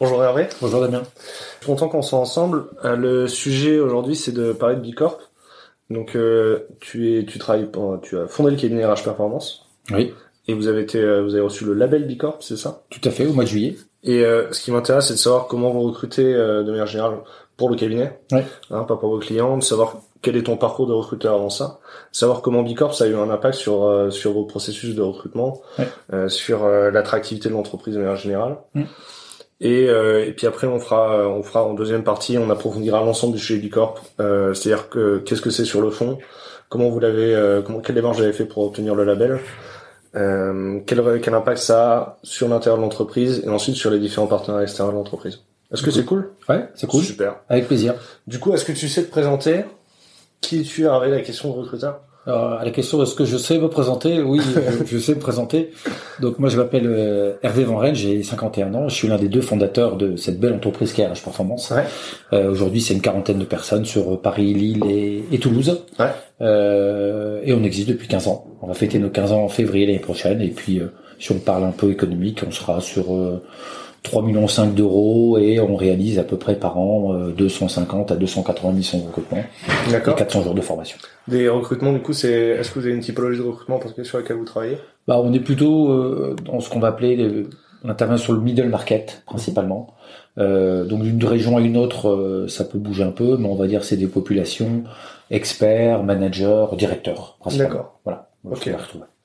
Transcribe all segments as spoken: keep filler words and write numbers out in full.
Bonjour Hervé. Bonjour Damien. Je suis content qu'on soit ensemble. Euh, le sujet aujourd'hui, c'est de parler de B Corp. Donc, euh, tu es, tu travailles, pour, tu as fondé le cabinet R H Performance. Oui. Et vous avez été, euh, vous avez reçu le label B Corp, c'est ça? Tout à fait, au mois de juillet. Et euh, ce qui m'intéresse, c'est de savoir comment vous recrutez euh, de manière générale pour le cabinet, oui. hein, pas pour vos clients, de savoir quel est ton parcours de recruteur avant ça, savoir comment B Corp ça a eu un impact sur euh, sur vos processus de recrutement, oui. euh, sur euh, l'attractivité de l'entreprise de manière générale. Mm. Et, euh, et puis après on fera on fera en deuxième partie, on approfondira l'ensemble du sujet B Corp, euh, c'est-à-dire que qu'est-ce que c'est sur le fond, comment vous l'avez, euh, comment quelle démarche vous avez fait pour obtenir le label. Euh, quel, quel impact ça a sur l'intérieur de l'entreprise et ensuite sur les différents partenaires extérieurs de l'entreprise. Est-ce que cool. c'est cool? Ouais, c'est cool. Super. Avec plaisir. Du coup, est-ce que tu sais te présenter? Qui es-tu à la question de recruteur? Alors, à la question de ce que je sais me présenter, oui, je, je sais me présenter. Donc moi, je m'appelle euh, Hervé Van Rijn, j'ai cinquante et un ans. Je suis l'un des deux fondateurs de cette belle entreprise qu'est R H Performance. Ouais. Euh, aujourd'hui, c'est une quarantaine de personnes sur Paris, Lille et, et Toulouse. Ouais. Euh, et on existe depuis quinze ans. On va fêter nos quinze ans en février l'année prochaine. Et puis, euh, si on parle un peu économique, on sera sur euh, trois virgule cinq millions d'euros et on réalise à peu près par an euh, deux cent cinquante à deux cent quatre-vingts missions de recrutement. D'accord. Et quatre cents jours de formation. Des recrutements, du coup, c'est, est-ce que vous avez une typologie de recrutement sur laquelle vous travaillez? Bah, on est plutôt euh, dans ce qu'on va appeler, les, on intervient sur le middle market principalement. Euh, donc d'une région à une autre, euh, ça peut bouger un peu, mais on va dire c'est des populations experts, managers, directeurs principalement. D'accord. Voilà. Donc, ok.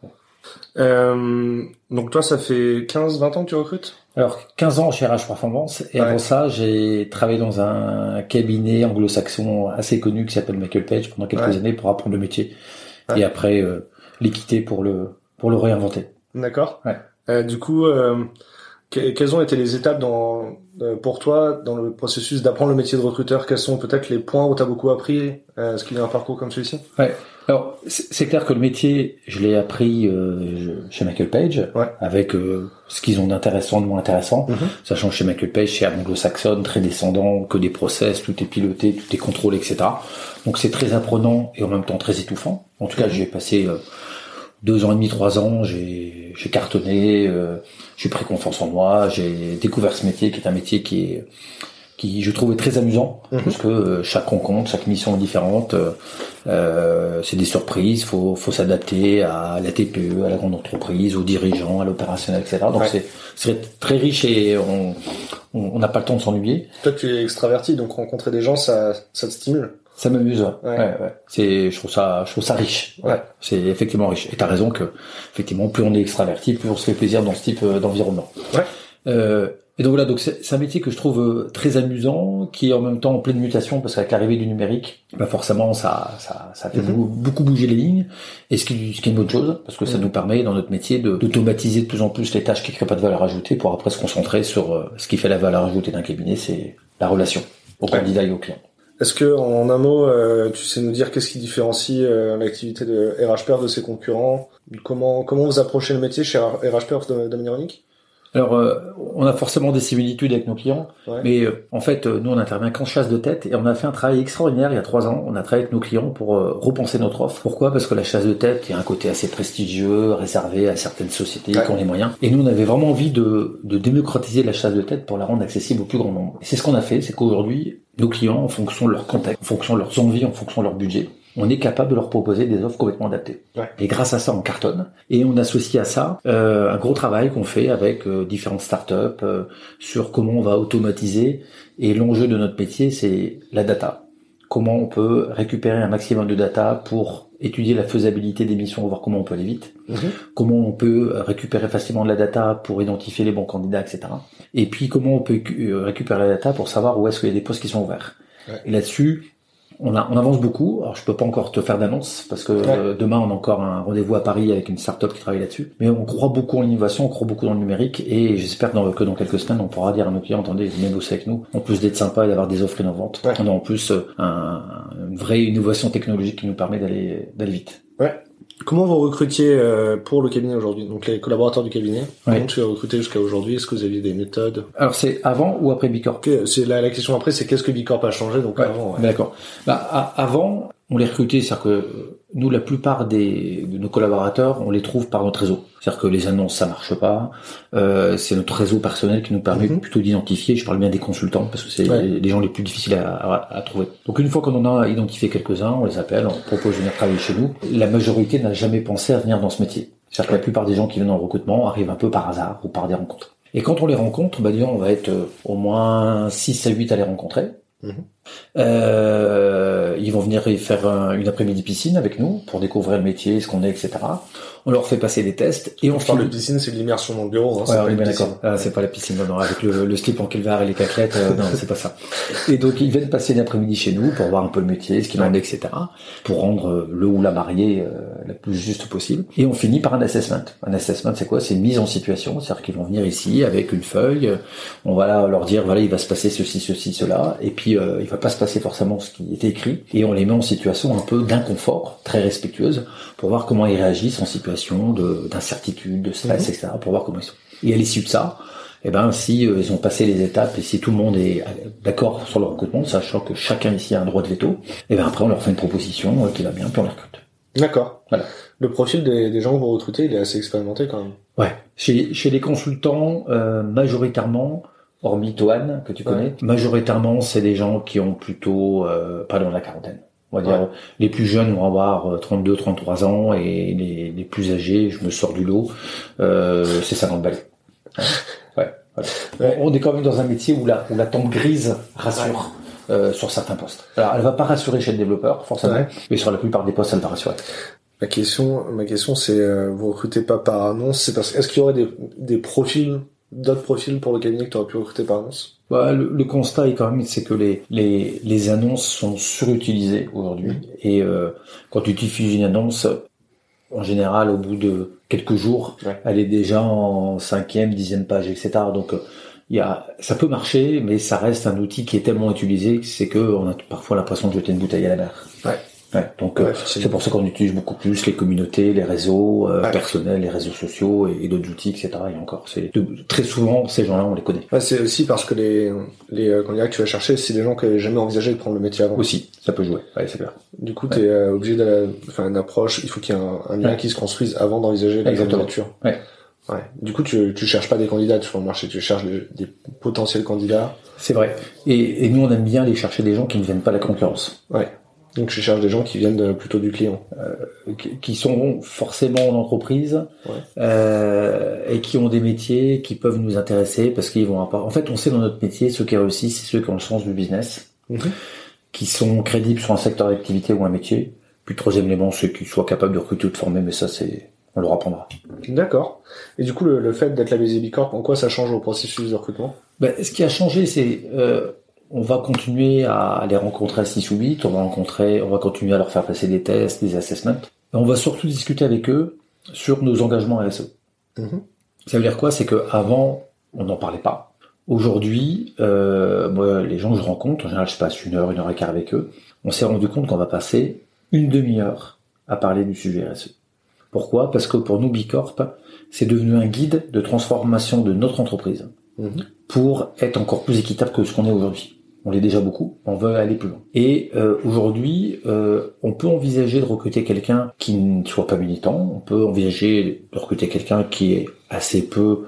Euh, donc toi, ça fait quinze vingt ans que tu recrutes? Alors, quinze ans chez R H Performance, et ouais. Avant ça, j'ai travaillé dans un cabinet anglo-saxon assez connu qui s'appelle Michael Page pendant quelques ouais. années pour apprendre le métier, ouais. Et après euh, les quitter pour le pour le réinventer. D'accord. Ouais. Euh, du coup, euh, que, quelles ont été les étapes dans euh, pour toi dans le processus d'apprendre le métier de recruteur? Quels sont peut-être les points où tu as beaucoup appris? euh, Est-ce qu'il y a un parcours comme celui-ci? Ouais. Alors, c'est clair que le métier, je l'ai appris euh, chez Michael Page, ouais. avec euh, ce qu'ils ont d'intéressant, de moins intéressant, mm-hmm. Sachant que chez Michael Page, chez anglo-saxonne, très descendant, que des process, tout est piloté, tout est contrôlé, et cetera. Donc c'est très apprenant et en même temps très étouffant. En tout mm-hmm. cas, j'y ai passé euh, deux ans et demi, trois ans, j'ai, j'ai cartonné, euh, j'ai pris confiance en moi, j'ai découvert ce métier qui est un métier qui est qui je trouvais très amusant, mmh. parce que euh, chaque rencontre, chaque mission est différente, euh, euh, c'est des surprises, faut faut s'adapter à la T P E, à la grande entreprise, aux dirigeants, à l'opérationnel, et cetera. Donc ouais. c'est c'est très riche et on on n'a pas le temps de s'ennuyer. Toi, tu es extraverti, donc rencontrer des gens, ça ça te stimule. Ça m'amuse, ouais. Ouais, ouais. C'est, je trouve ça, je trouve ça riche. Ouais. C'est effectivement riche. Et t'as raison que, effectivement, plus on est extraverti, plus on se fait plaisir dans ce type d'environnement. Ouais. Euh, Et donc voilà, donc c'est, c'est un métier que je trouve très amusant, qui est en même temps en pleine mutation, parce qu'avec l'arrivée du numérique, bah forcément ça ça ça fait mm-hmm. beaucoup, beaucoup bouger les lignes, et ce qui, ce qui est une bonne chose, parce que ça mm-hmm. nous permet dans notre métier de, d'automatiser de plus en plus les tâches qui créent pas de valeur ajoutée, pour après se concentrer sur euh, ce qui fait la valeur ajoutée d'un cabinet, c'est la relation au ouais. candidat et au client. Est-ce que en un mot, euh, tu sais nous dire qu'est-ce qui différencie euh, l'activité de R H Perf de ses concurrents? Comment comment vous approchez le métier chez R H Perf de Damien Ronick? Alors, euh, on a forcément des similitudes avec nos clients, ouais. mais euh, en fait, euh, nous, on intervient qu'en chasse de tête, et on a fait un travail extraordinaire il y a trois ans. On a travaillé avec nos clients pour euh, repenser notre offre. Pourquoi? Parce que la chasse de tête, il y a un côté assez prestigieux, réservé à certaines sociétés ouais. qui ont les moyens. Et nous, on avait vraiment envie de, de démocratiser la chasse de tête pour la rendre accessible au plus grand nombre. Et c'est ce qu'on a fait, c'est qu'aujourd'hui, nos clients, en fonction de leur contexte, en fonction de leurs envies, en fonction de leur budget, on est capable de leur proposer des offres complètement adaptées. Ouais. Et grâce à ça, on cartonne. Et on associe à ça euh, un gros travail qu'on fait avec euh, différentes startups euh, sur comment on va automatiser. Et l'enjeu de notre métier, c'est la data. Comment on peut récupérer un maximum de data pour étudier la faisabilité des missions, voir comment on peut aller vite. Mmh. Comment on peut récupérer facilement de la data pour identifier les bons candidats, et cetera. Et puis comment on peut récupérer la data pour savoir où est-ce qu'il y a des postes qui sont ouverts. Ouais. Et là-dessus, On, a, on avance beaucoup. Alors je peux pas encore te faire d'annonce parce que ouais. euh, demain on a encore un rendez-vous à Paris avec une start-up qui travaille là-dessus. Mais on croit beaucoup en l'innovation, on croit beaucoup dans le numérique et j'espère que dans, que dans quelques semaines on pourra dire à nos clients, attendez, venez bosser avec nous. En plus d'être sympa et d'avoir des offres innovantes, ouais. on a en plus un, une vraie innovation technologique qui nous permet d'aller d'aller vite. Ouais. Comment vous recrutiez euh, pour le cabinet aujourd'hui? Donc les collaborateurs du cabinet, ouais. comment tu as recruté jusqu'à aujourd'hui? Est-ce que vous aviez des méthodes? Alors c'est avant ou après B Corp? Okay, c'est la, la question après, c'est qu'est-ce que B Corp a changé? Donc ouais. avant. Ouais. D'accord. Bah, à, avant, on les recrute, c'est-à-dire que nous, la plupart des de nos collaborateurs, on les trouve par notre réseau. C'est-à-dire que les annonces, ça marche pas. Euh, c'est notre réseau personnel qui nous permet mm-hmm. plutôt d'identifier. Je parle bien des consultants parce que c'est ouais. les, les gens les plus difficiles à, à, à trouver. Donc une fois qu'on en a identifié quelques-uns, on les appelle, on propose de venir travailler chez nous. La majorité n'a jamais pensé à venir dans ce métier. C'est-à-dire que la plupart des gens qui viennent en recrutement arrivent un peu par hasard ou par des rencontres. Et quand on les rencontre, bah disons, on va être au moins six à huit à les rencontrer. Mmh. Euh, ils vont venir faire un, une après-midi piscine avec nous pour découvrir le métier, ce qu'on est, et cetera. On leur fait passer des tests et on, on parle de piscine, c'est de l'immersion dans le bureau. Hein, ouais, c'est on pas est bien d'accord. Ah, c'est pas la piscine, non, non, avec le, le slip en calvar et les caclettes, euh, non, c'est pas ça. Et donc ils viennent passer l'après-midi chez nous pour voir un peu le métier, ce qu'il en est, et cetera. Pour rendre le ou la mariée euh, la plus juste possible. Et on finit par un assessment. Un assessment, c'est quoi? C'est une mise en situation, c'est-à-dire qu'ils vont venir ici avec une feuille. On va là leur dire voilà, il va se passer ceci, ceci, cela, et puis euh, il va pas se passer forcément ce qui était écrit, et on les met en situation un peu d'inconfort, très respectueuse, pour voir comment ils réagissent en situation de, d'incertitude, de stress, mmh. et cetera, pour voir comment ils sont. Et à l'issue de ça, eh ben, si euh, ils ont passé les étapes et si tout le monde est d'accord sur le recrutement, sachant que chacun ici a un droit de veto, eh ben après on leur fait une proposition euh, qui va bien, puis on les recrute. D'accord. Voilà. Le profil des, des gens que vous recrutez, il est assez expérimenté quand même. Ouais. Chez, chez les consultants, euh, majoritairement, hormis Toine, que tu connais, ouais. majoritairement, c'est des gens qui ont plutôt euh, pas dans la quarantaine. On va dire, ouais. les plus jeunes vont avoir trente-deux, trente-trois ans, et les, les plus âgés, je me sors du lot, euh, c'est cinquante balles. Ouais. Voilà. Ouais. On est quand même dans un métier où la, où la tente grise rassure. Ouais. Euh, sur certains postes. Alors, elle va pas rassurer chez le développeur, forcément, ouais. mais sur la plupart des postes, elle va rassurer. Ma question, ma question, c'est, euh, vous recrutez pas par annonce, c'est parce, est-ce qu'il y aurait des, des profils, d'autres profils pour le cabinet que tu aurais pu recruter par annonce? Bah, le, le constat est quand même, c'est que les, les, les annonces sont surutilisées aujourd'hui. Mmh. Et, euh, quand tu diffuses une annonce, en général, au bout de quelques jours, ouais. elle est déjà en cinquième, dixième page, et cetera. Donc, il y a, ça peut marcher, mais ça reste un outil qui est tellement utilisé que c'est que on a parfois l'impression de jeter une bouteille à la mer. Ouais. Ouais, donc ouais, euh, c'est pour ça qu'on utilise beaucoup plus les communautés, les réseaux euh, ouais. personnels, les réseaux sociaux et, et d'autres outils, et cetera. Et encore, c'est de, très souvent ces gens-là, on les connaît. Ouais, c'est aussi parce que les les euh, candidats que tu vas chercher, c'est des gens qui n'avaient jamais envisagé de prendre le métier avant. Aussi, ça peut jouer. Ouais, c'est clair. Du coup, ouais. t'es euh, obligé de, enfin, une approche. Il faut qu'il y ait un, un lien ouais. qui se construise avant d'envisager la candidature. Ouais. Ouais. Du coup, tu tu cherches pas des candidats sur le marché, tu cherches des, des potentiels candidats. C'est vrai. Et, et nous, on aime bien aller chercher des gens qui ne viennent pas de la concurrence. Ouais. Donc, je cherche des gens qui viennent de, plutôt du client, euh, qui, qui sont forcément en entreprise ouais. euh, et qui ont des métiers qui peuvent nous intéresser parce qu'ils vont avoir. En fait, on sait dans notre métier ceux qui réussissent, c'est ceux qui ont le sens du business, mm-hmm. qui sont crédibles sur un secteur d'activité ou un métier. Puis troisième élément, ceux qui soient capables de recruter ou de former, mais ça, c'est on leur apprendra. D'accord. Et du coup, le, le fait d'être labellisé Bicorp, en quoi ça change au processus de recrutement? Ben, ce qui a changé, c'est euh, on va continuer à les rencontrer à six ou huit, on va rencontrer, on va continuer à leur faire passer des tests, des assessments. Et on va surtout discuter avec eux sur nos engagements R S E. Mm-hmm. Ça veut dire quoi? C'est que avant, on n'en parlait pas. Aujourd'hui, euh, moi, les gens que je rencontre, en général, je passe une heure, une heure et quart avec eux. On s'est rendu compte qu'on va passer une demi-heure à parler du sujet R S E. Pourquoi? Parce que pour nous, Bicorp, c'est devenu un guide de transformation de notre entreprise mmh. pour être encore plus équitable que ce qu'on est aujourd'hui. On l'est déjà beaucoup, on veut aller plus loin. Et euh, aujourd'hui, euh, on peut envisager de recruter quelqu'un qui ne soit pas militant, on peut envisager de recruter quelqu'un qui est assez peu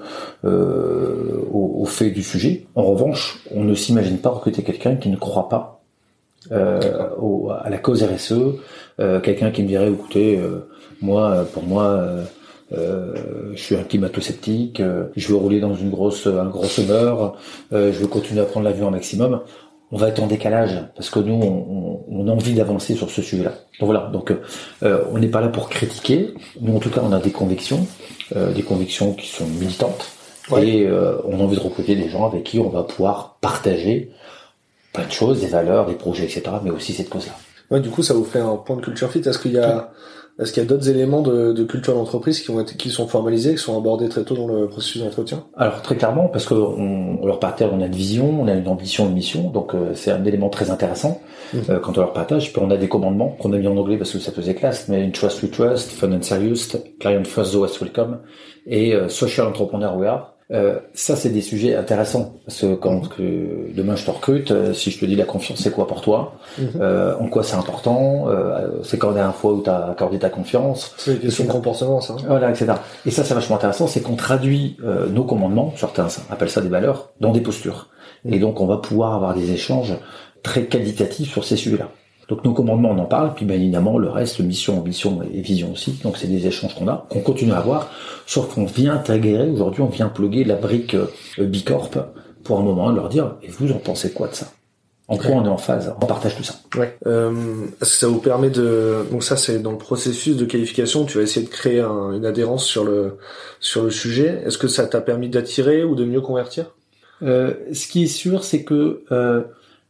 euh, au, au fait du sujet. En revanche, on ne s'imagine pas recruter quelqu'un qui ne croit pas euh, au, à la cause R S E, euh, quelqu'un qui me dirait, écoutez, euh, moi, pour moi, euh, euh, je suis un climato-sceptique, euh, je veux rouler dans une grosse, un gros summer, euh, je veux continuer à prendre l'avion un maximum. On va être en décalage parce que nous, on, on a envie d'avancer sur ce sujet-là. Donc voilà. Donc, euh, on n'est pas là pour critiquer. Nous, en tout cas, on a des convictions, euh, des convictions qui sont militantes, ouais. et euh, on a envie de recruter des gens avec qui on va pouvoir partager plein de choses, des valeurs, des projets, et cetera. Mais aussi cette cause-là. Ouais, du coup, ça vous fait un point de culture fit. Est-ce qu'il y a ouais. Est-ce qu'il y a d'autres éléments de, de culture d'entreprise qui ont été, qui sont formalisés, qui sont abordés très tôt dans le processus d'entretien? Alors très clairement, parce que on, on leur partage, on a une vision, on a une ambition, une mission, donc euh, c'est un élément très intéressant mmh. euh, quand on leur partage. Puis on a des commandements qu'on a mis en anglais parce que ça faisait classe, mais une trust we trust, fun and serious, client first, the West welcome, et euh, social entrepreneur we are. Euh, ça, c'est des sujets intéressants parce que quand que demain je te recrute, euh, si je te dis la confiance, c'est quoi pour toi, mm-hmm. euh, en quoi c'est important, euh, c'est quand la dernière fois où tu as accordé ta confiance. C'est une question de comportement, ça. Voilà, et cetera. Et ça, c'est vachement intéressant, c'est qu'on traduit euh, nos commandements, certains appellent ça des valeurs, dans des postures. Mm-hmm. Et donc, on va pouvoir avoir des échanges très qualitatifs sur ces sujets-là. Donc nos commandements, on en parle, puis bien évidemment le reste, mission, ambition et vision aussi. Donc c'est des échanges qu'on a, qu'on continue à avoir, sauf qu'on vient intégrer, aujourd'hui on vient plugger la brique euh, Bicorp pour un moment leur dire, et vous en pensez quoi de ça? En quoi on est en phase, on partage tout ça. Ouais. Euh, est-ce que ça vous permet de, donc ça c'est dans le processus de qualification, tu vas essayer de créer un, une adhérence sur le sur le sujet. Est-ce que ça t'a permis d'attirer ou de mieux convertir? euh, Ce qui est sûr, c'est que euh,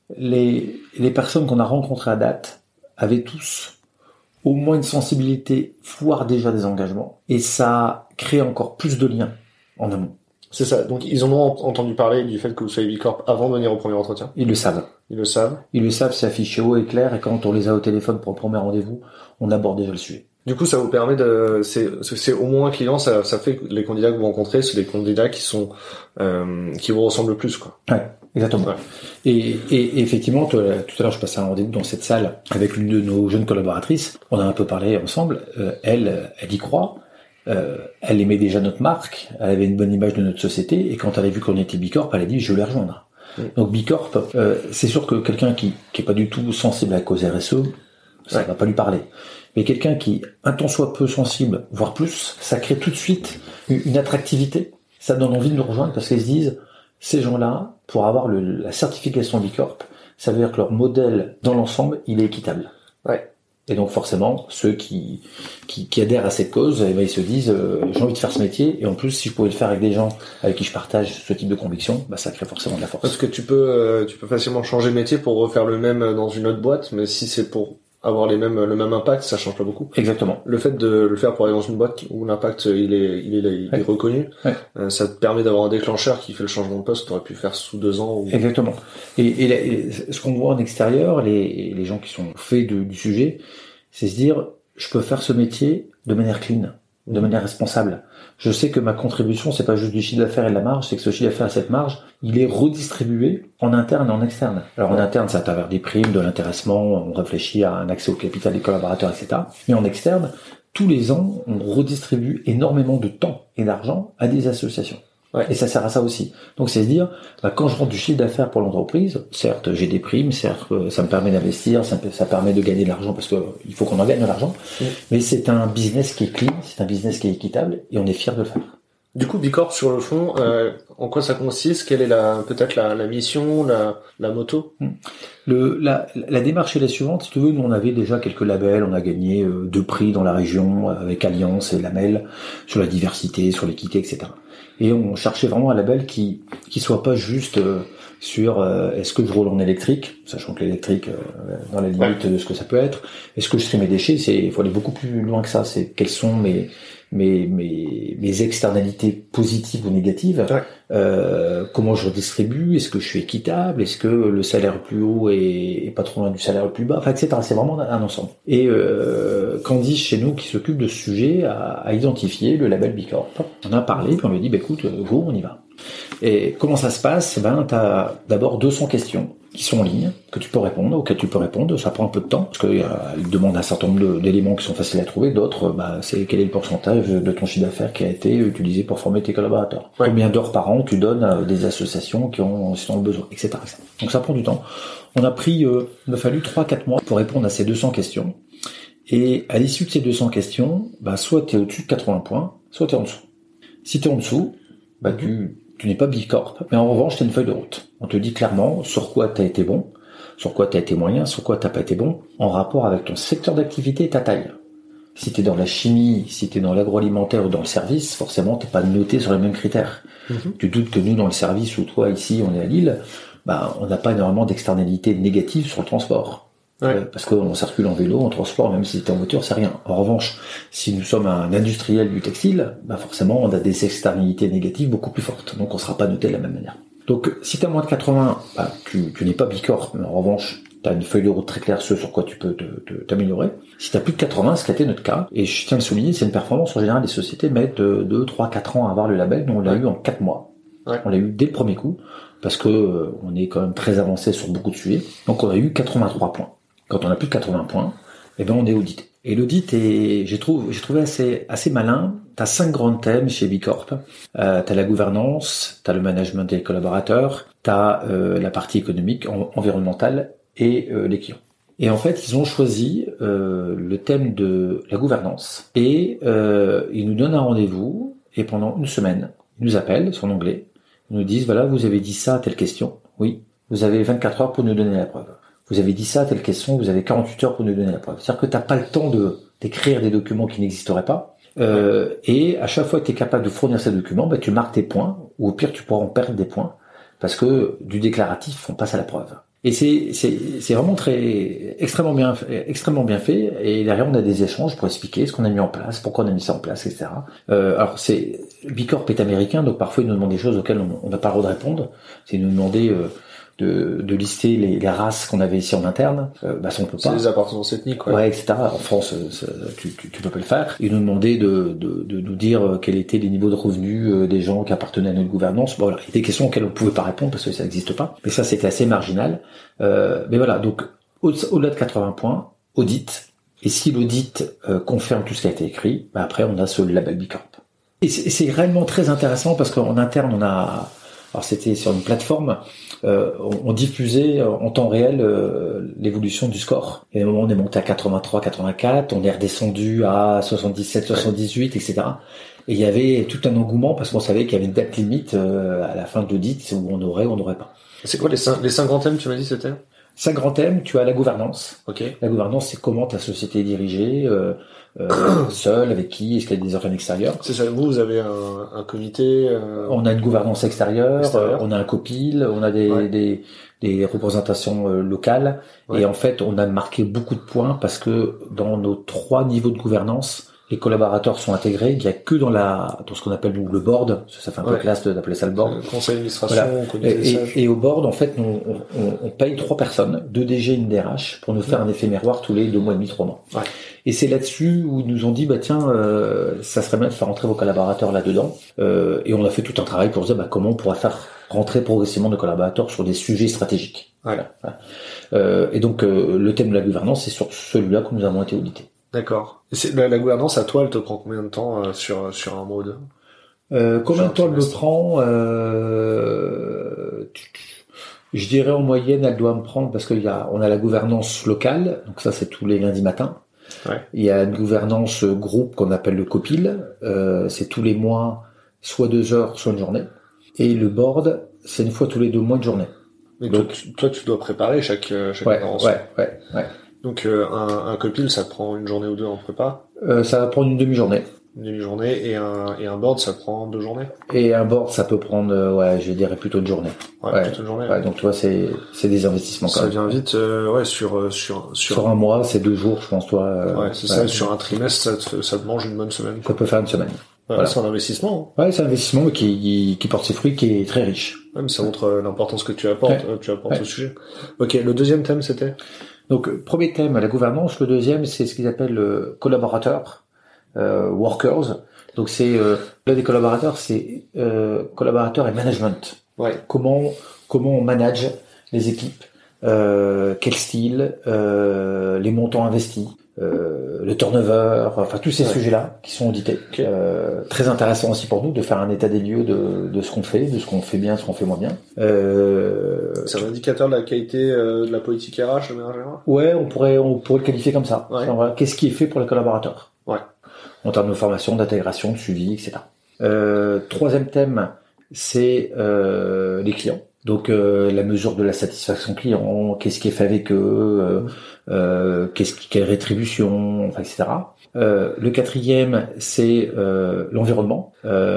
Les, les personnes qu'on a rencontrées à date avaient tous au moins une sensibilité, voire déjà des engagements. Et ça crée encore plus de liens en amont. C'est ça. Donc, ils en ont entendu parler du fait que vous soyez Bicorp avant de venir au premier entretien. Ils le savent. Ils le savent. Ils le savent, c'est affiché haut et clair. Et quand on les a au téléphone pour le premier rendez-vous, on aborde déjà le sujet. Du coup, ça vous permet de, c'est, c'est au moins un client, ça, ça fait que les candidats que vous rencontrez, c'est des candidats qui sont, euh, qui vous ressemblent le plus, quoi. Ouais. Exactement. Ouais. Et, et, et effectivement, tout à l'heure, je passais un rendez-vous dans cette salle avec l'une de nos jeunes collaboratrices. On a un peu parlé ensemble. Euh, elle, elle y croit. Euh, elle aimait déjà notre marque. Elle avait une bonne image de notre société. Et quand elle a vu qu'on était Bicorp, elle a dit, je vais les rejoindre. Mmh. Donc Bicorp, euh, c'est sûr que quelqu'un qui, qui est pas du tout sensible à la cause R S E, ça ouais. va pas lui parler. Mais quelqu'un qui, un tant soit peu sensible, voire plus, ça crée tout de suite une attractivité. Ça donne envie de nous rejoindre parce qu'ils se disent, ces gens-là, pour avoir le, la certification Bicorp, ça veut dire que leur modèle, dans l'ensemble, il est équitable. Ouais. Et donc forcément, ceux qui, qui, qui adhèrent à cette cause, eh ben, ils se disent, euh, j'ai envie de faire ce métier, et en plus, si je pouvais le faire avec des gens avec qui je partage ce type de conviction, bah, ça crée forcément de la force. Parce que tu peux, euh, tu peux facilement changer de métier pour refaire le même dans une autre boîte, mais si c'est pour avoir les mêmes, le même impact, ça change pas beaucoup. Exactement. Le fait de le faire pour aller dans une boîte où l'impact, il est, il est, il est ouais. reconnu, ouais. Euh, ça te permet d'avoir un déclencheur qui fait le changement de poste que tu aurais pu faire sous deux ans. Ou... Exactement. Et, et, la, et ce qu'on voit en extérieur, les, les gens qui sont faits de, du sujet, c'est se dire, je peux faire ce métier de manière clean, de manière responsable. Je sais que ma contribution, c'est pas juste du chiffre d'affaires et de la marge, c'est que ce chiffre d'affaires et cette marge, il est redistribué en interne et en externe. Alors en interne, c'est à travers des primes, de l'intéressement, on réfléchit à un accès au capital des collaborateurs, et cetera. Mais en externe, tous les ans, on redistribue énormément de temps et d'argent à des associations. Ouais. Et ça sert à ça aussi. Donc c'est se dire, bah, quand je rentre du chiffre d'affaires pour l'entreprise, certes j'ai des primes, certes ça me permet d'investir, ça, me, ça permet de gagner de l'argent parce que il faut qu'on en gagne de l'argent, mmh. mais c'est un business qui est clean, c'est un business qui est équitable et on est fiers de le faire. Du coup, Bicorp sur le fond, euh, en quoi ça consiste? Quelle est la peut-être la, la mission, la, la moto? Le, la, la démarche est la suivante. Si tu veux, nous on avait déjà quelques labels, on a gagné euh, deux prix dans la région avec Alliance et Lamel sur la diversité, sur l'équité, et cetera. Et on cherchait vraiment un label qui qui soit pas juste euh, sur euh, est-ce que je roule en électrique, sachant que l'électrique euh, dans la limite de ce que ça peut être. Est-ce que je trie mes déchets? C'est il faut aller beaucoup plus loin que ça. C'est quelles sont mes mes mes mes externalités positives ou négatives. Ouais. Euh, comment je redistribue? Est-ce que je suis équitable? Est-ce que le salaire le plus haut est, est pas trop loin du salaire le plus bas? Enfin, et cetera. C'est vraiment un ensemble. Et euh, Candice chez nous qui s'occupe de ce sujet a, a identifié le label Bicorp. On a parlé puis on lui a dit bah écoute, go, on y va. Et comment ça se passe? Ben t'as d'abord deux cents questions qui sont en ligne, que tu peux répondre, auxquelles tu peux répondre. Ça prend un peu de temps, parce qu'il demande un certain nombre d'éléments qui sont faciles à trouver. D'autres, bah, c'est quel est le pourcentage de ton chiffre d'affaires qui a été utilisé pour former tes collaborateurs. Ouais. Combien d'heures par an tu donnes à des associations qui ont, qui ont le besoin, et cetera, et cetera. Donc ça prend du temps. On a pris, euh, il m'a fallu trois quatre mois pour répondre à ces deux cents questions. Et à l'issue de ces deux cents questions, bah, soit tu es au-dessus de quatre-vingts points, soit tu es en dessous. Si tu es en dessous, bah, tu... tu n'es pas Bicorp, mais en revanche, tu as une feuille de route. On te dit clairement sur quoi tu as été bon, sur quoi tu as été moyen, sur quoi tu n'as pas été bon, en rapport avec ton secteur d'activité et ta taille. Si tu es dans la chimie, si tu es dans l'agroalimentaire ou dans le service, forcément, tu n'es pas noté sur les mêmes critères. Mm-hmm. Tu doutes que nous, dans le service, ou toi, ici, on est à Lille, bah, on n'a pas énormément d'externalités négatives sur le transport. Ouais. Euh, parce qu'on circule en vélo, en transport, même si t'es en voiture, c'est rien. En revanche, si nous sommes un industriel du textile, bah forcément, on a des externalités négatives beaucoup plus fortes. Donc, on sera pas noté de la même manière. Donc, si t'as moins de quatre-vingts, bah, tu, tu n'es pas Bicorp, mais en revanche, t'as une feuille de route très claire, ce sur quoi tu peux te, te, t'améliorer. Si t'as plus de quatre-vingts, ce qui a été notre cas, et je tiens à le souligner, c'est une performance en général des sociétés mettent deux, trois, quatre ans à avoir le label, nous on l'a eu en quatre mois. Ouais. On l'a eu dès le premier coup, parce que euh, on est quand même très avancé sur beaucoup de sujets. Donc on a eu quatre-vingt-trois points. Quand on a plus de quatre-vingts points, eh ben on est audité. Et l'audit est, j'ai trouvé, j'ai trouvé assez, assez malin. T'as cinq grands thèmes chez Bicorp. Euh, t'as la gouvernance, t'as le management des collaborateurs, t'as euh, la partie économique, en, environnementale et euh, les clients. Et en fait, ils ont choisi euh, le thème de la gouvernance et euh, ils nous donnent un rendez-vous et pendant une semaine, ils nous appellent, c'est en anglais, ils nous disent voilà, vous avez dit ça à telle question, oui, vous avez vingt-quatre heures pour nous donner la preuve. Vous avez dit ça à telle question, vous avez quarante-huit heures pour nous donner la preuve. C'est-à-dire que t'as pas le temps de d'écrire des documents qui n'existeraient pas. Euh, et à chaque fois que tu es capable de fournir ces documents, bah, tu marques tes points, ou au pire tu pourras en perdre des points, parce que du déclaratif, on passe à la preuve. Et c'est c'est c'est vraiment très extrêmement bien extrêmement bien fait. Et derrière, on a des échanges pour expliquer ce qu'on a mis en place, pourquoi on a mis ça en place, et cetera. Euh, alors c'est Bicorp est américain, donc parfois ils nous demandent des choses auxquelles on n'a pas le droit de répondre. C'est nous demander euh, de, de lister les, les races qu'on avait ici en interne, euh, bah ça on peut pas. C'est les appartenances ethniques, ouais. Ouais, et cetera. En France, ça, tu, tu, tu peux pas le faire. Ils nous demandaient de, de, de nous dire quels étaient les niveaux de revenus euh, des gens qui appartenaient à notre gouvernance. Bon, voilà, il y a des questions auxquelles on pouvait pas répondre parce que ça n'existe pas. Mais ça, c'était assez marginal. Euh, mais voilà, donc au, au-delà de quatre-vingts points, audit. Et si l'audit euh, confirme tout ce qui a été écrit, bah après on a ce label Bicorp. Et c'est, c'est réellement très intéressant parce qu'en interne, on a... Alors c'était sur une plateforme, euh, on, on diffusait en temps réel euh, l'évolution du score. Et à un moment on est monté à quatre-vingt-trois, quatre-vingt-quatre, on est redescendu à soixante-dix-sept, soixante-dix-huit, et cetera. Et il y avait tout un engouement parce qu'on savait qu'il y avait une date limite euh, à la fin de l'audit où on aurait ou on n'aurait pas. C'est quoi les cinq, les cinq grands thèmes, tu m'as dit, c'était? Cinq grands thèmes, tu as la gouvernance. Ok. La gouvernance, c'est comment ta société est dirigée, euh, euh, seule, avec qui, est-ce qu'il y a des organes extérieurs. C'est ça, vous, vous avez un, un comité euh... On a une gouvernance extérieure, extérieure. Euh, on a un copil, on a des, ouais. des, des représentations euh, locales. Ouais. Et en fait, on a marqué beaucoup de points parce que dans nos trois niveaux de gouvernance, les collaborateurs sont intégrés. Il n'y a que dans la, dans ce qu'on appelle nous, le board, ça fait un peu ouais. classe d'appeler ça le board. Le conseil d'administration, voilà. comité et, et, et au board, en fait, on, on, on paye trois personnes, deux D G et une D R H, pour nous faire ouais. un effet miroir tous les deux mois et demi, trois mois. Ouais. Et c'est là-dessus où ils nous ont dit, bah tiens, euh, ça serait bien de faire rentrer vos collaborateurs là-dedans. Euh, et on a fait tout un travail pour se dire, bah comment on pourrait faire rentrer progressivement nos collaborateurs sur des sujets stratégiques. Ouais. Voilà. Euh, et donc euh, le thème de la gouvernance, c'est sur celui-là que nous avons été audités. D'accord. Et c'est, la, la gouvernance, à toi, elle te prend combien de temps euh, sur sur un mode euh, Combien de temps elle me prend euh, Je dirais en moyenne, elle doit me prendre parce qu'il y a, on a la gouvernance locale, donc ça c'est tous les lundis matins. Ouais. Il y a une gouvernance groupe qu'on appelle le copil, euh, c'est tous les mois, soit deux heures, soit une journée. Et le board, c'est une fois tous les deux mois, une journée. Mais donc, toi, tu, toi, tu dois préparer chaque chaque ouais, gouvernance. Ouais, ouais, ouais. Donc euh, un, un copil, ça te prend une journée ou deux en prépa. Euh, ça va prendre une demi-journée. Une demi-journée et un et un board, ça prend deux journées. Et un board, ça peut prendre, euh, ouais, je dirais plutôt une journée. Ouais, ouais. plutôt une journée. Ouais, ouais. Donc tu vois, c'est c'est des investissements quand ça même. Ça vient vite, euh, ouais, sur sur sur. Sur un mois, c'est deux jours, je pense, toi. Euh, ouais, c'est ouais, ça. Sur un trimestre, ça te ça te mange une bonne semaine. Ça peut faire une semaine. Ouais, voilà. C'est un investissement. Hein. Ouais, c'est un investissement qui, qui qui porte ses fruits, qui est très riche. Ouais, mais ça montre l'importance que tu apportes, ouais. tu apportes ouais. au sujet. Ok, le deuxième thème, c'était. Donc, premier thème, la gouvernance. Le deuxième, c'est ce qu'ils appellent euh, collaborateurs, euh, workers. Donc, c'est euh, là des collaborateurs, c'est euh, collaborateurs et management. Ouais. Comment comment on manage les équipes, euh, quel style, euh, les montants investis, euh, le turnover, enfin tous ces ouais. sujets-là qui sont audités. Okay. Euh, très intéressant aussi pour nous de faire un état des lieux de, de ce qu'on fait, de ce qu'on fait bien, ce qu'on fait moins bien. Euh, c'est un indicateur de la qualité euh, de la politique R H de manière générale. Ouais, on pourrait on pourrait le qualifier comme ça. Ouais. Enfin, qu'est-ce qui est fait pour les collaborateurs? Ouais. En termes de formation, d'intégration, de suivi, et cetera. Euh, troisième thème, c'est euh, les clients. Donc euh, la mesure de la satisfaction client, qu'est-ce qui est fait avec eux, euh, euh, qu'est-ce qui, quelle rétribution, enfin, et cetera. Euh, le quatrième, c'est euh, l'environnement.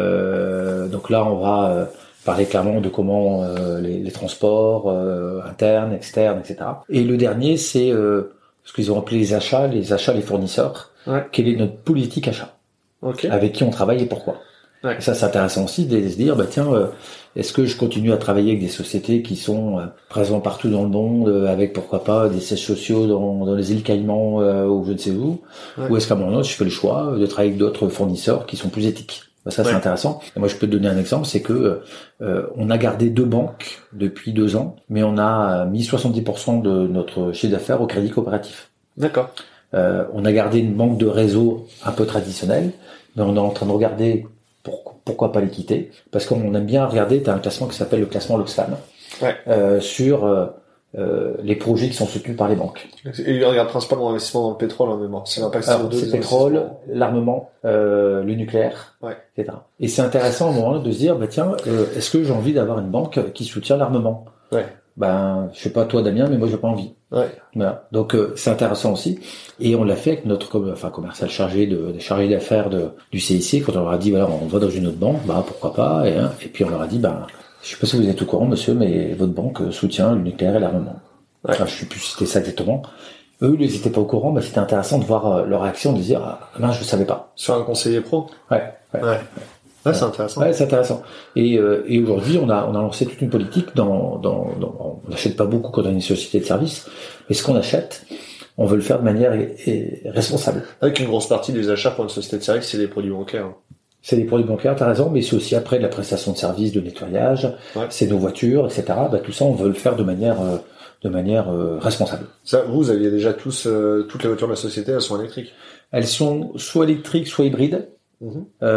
Euh, donc là, on va euh, parler clairement de comment euh, les, les transports euh, internes, externes, et cetera. Et le dernier, c'est euh, ce qu'ils ont appelé les achats, les achats, les fournisseurs. Ouais. Quelle est notre politique achat? Okay. Avec qui on travaille et pourquoi? Ouais. Et ça, c'est intéressant aussi de se dire, bah tiens, euh, est-ce que je continue à travailler avec des sociétés qui sont euh, présentes partout dans le monde, euh, avec pourquoi pas des sièges sociaux dans, dans les îles Caïmans euh, ou je ne sais où, ouais. ou est-ce qu'à un moment donné, je fais le choix de travailler avec d'autres fournisseurs qui sont plus éthiques. Ça, ouais. C'est intéressant. Et moi, je peux te donner un exemple, c'est que euh, on a gardé deux banques depuis deux ans, mais on a mis soixante-dix pour cent de notre chiffre d'affaires au crédit coopératif. D'accord. Euh, on a gardé une banque de réseau un peu traditionnelle, mais on est en train de regarder pour, pourquoi pas les quitter, parce qu'on aime bien regarder, tu as un classement qui s'appelle le classement L'Oxfam, ouais. euh, sur euh, euh, les projets qui sont soutenus par les banques. Et il regarde principalement l'investissement dans le pétrole en mémoire. C'est l'impact C O deux. C'est le pétrole, l'armement, euh, le nucléaire, ouais. et cetera. Et c'est intéressant au moment de se dire, bah tiens, euh, est-ce que j'ai envie d'avoir une banque qui soutient l'armement? Ouais. Ben, je sais pas toi Damien, mais moi j'ai pas envie. Ouais. Voilà. Donc euh, c'est intéressant aussi, et on l'a fait avec notre enfin commercial chargé de, de chargé d'affaires de, du C I C. Quand on leur a dit voilà, on va dans une autre banque, bah pourquoi pas, et, hein, et puis on leur a dit bah je sais pas si vous êtes au courant monsieur, mais votre banque soutient le nucléaire et l'armement. Ouais. Enfin, je sais plus si c'était ça exactement. Eux, ils n'étaient pas au courant, mais c'était intéressant de voir euh, leur réaction, de dire ah non je savais pas. Sur un conseiller pro. Ouais. Ouais. ouais. Ouais, c'est intéressant. Ouais, c'est intéressant. Et, euh, et aujourd'hui, on a, on a lancé toute une politique dans, dans, dans on n'achète pas beaucoup quand on est une société de service, mais ce qu'on achète, on veut le faire de manière et, et responsable. Avec une grosse partie des achats pour une société de service, c'est des produits bancaires. C'est des produits bancaires, t'as raison, mais c'est aussi après de la prestation de services, de nettoyage, ouais. C'est nos voitures, et cetera. Bah, tout ça, on veut le faire de manière, euh, de manière euh, responsable. Ça, vous, vous aviez déjà tous, euh, toutes les voitures de la société, elles sont électriques? Elles sont soit électriques, soit hybrides. Mmh.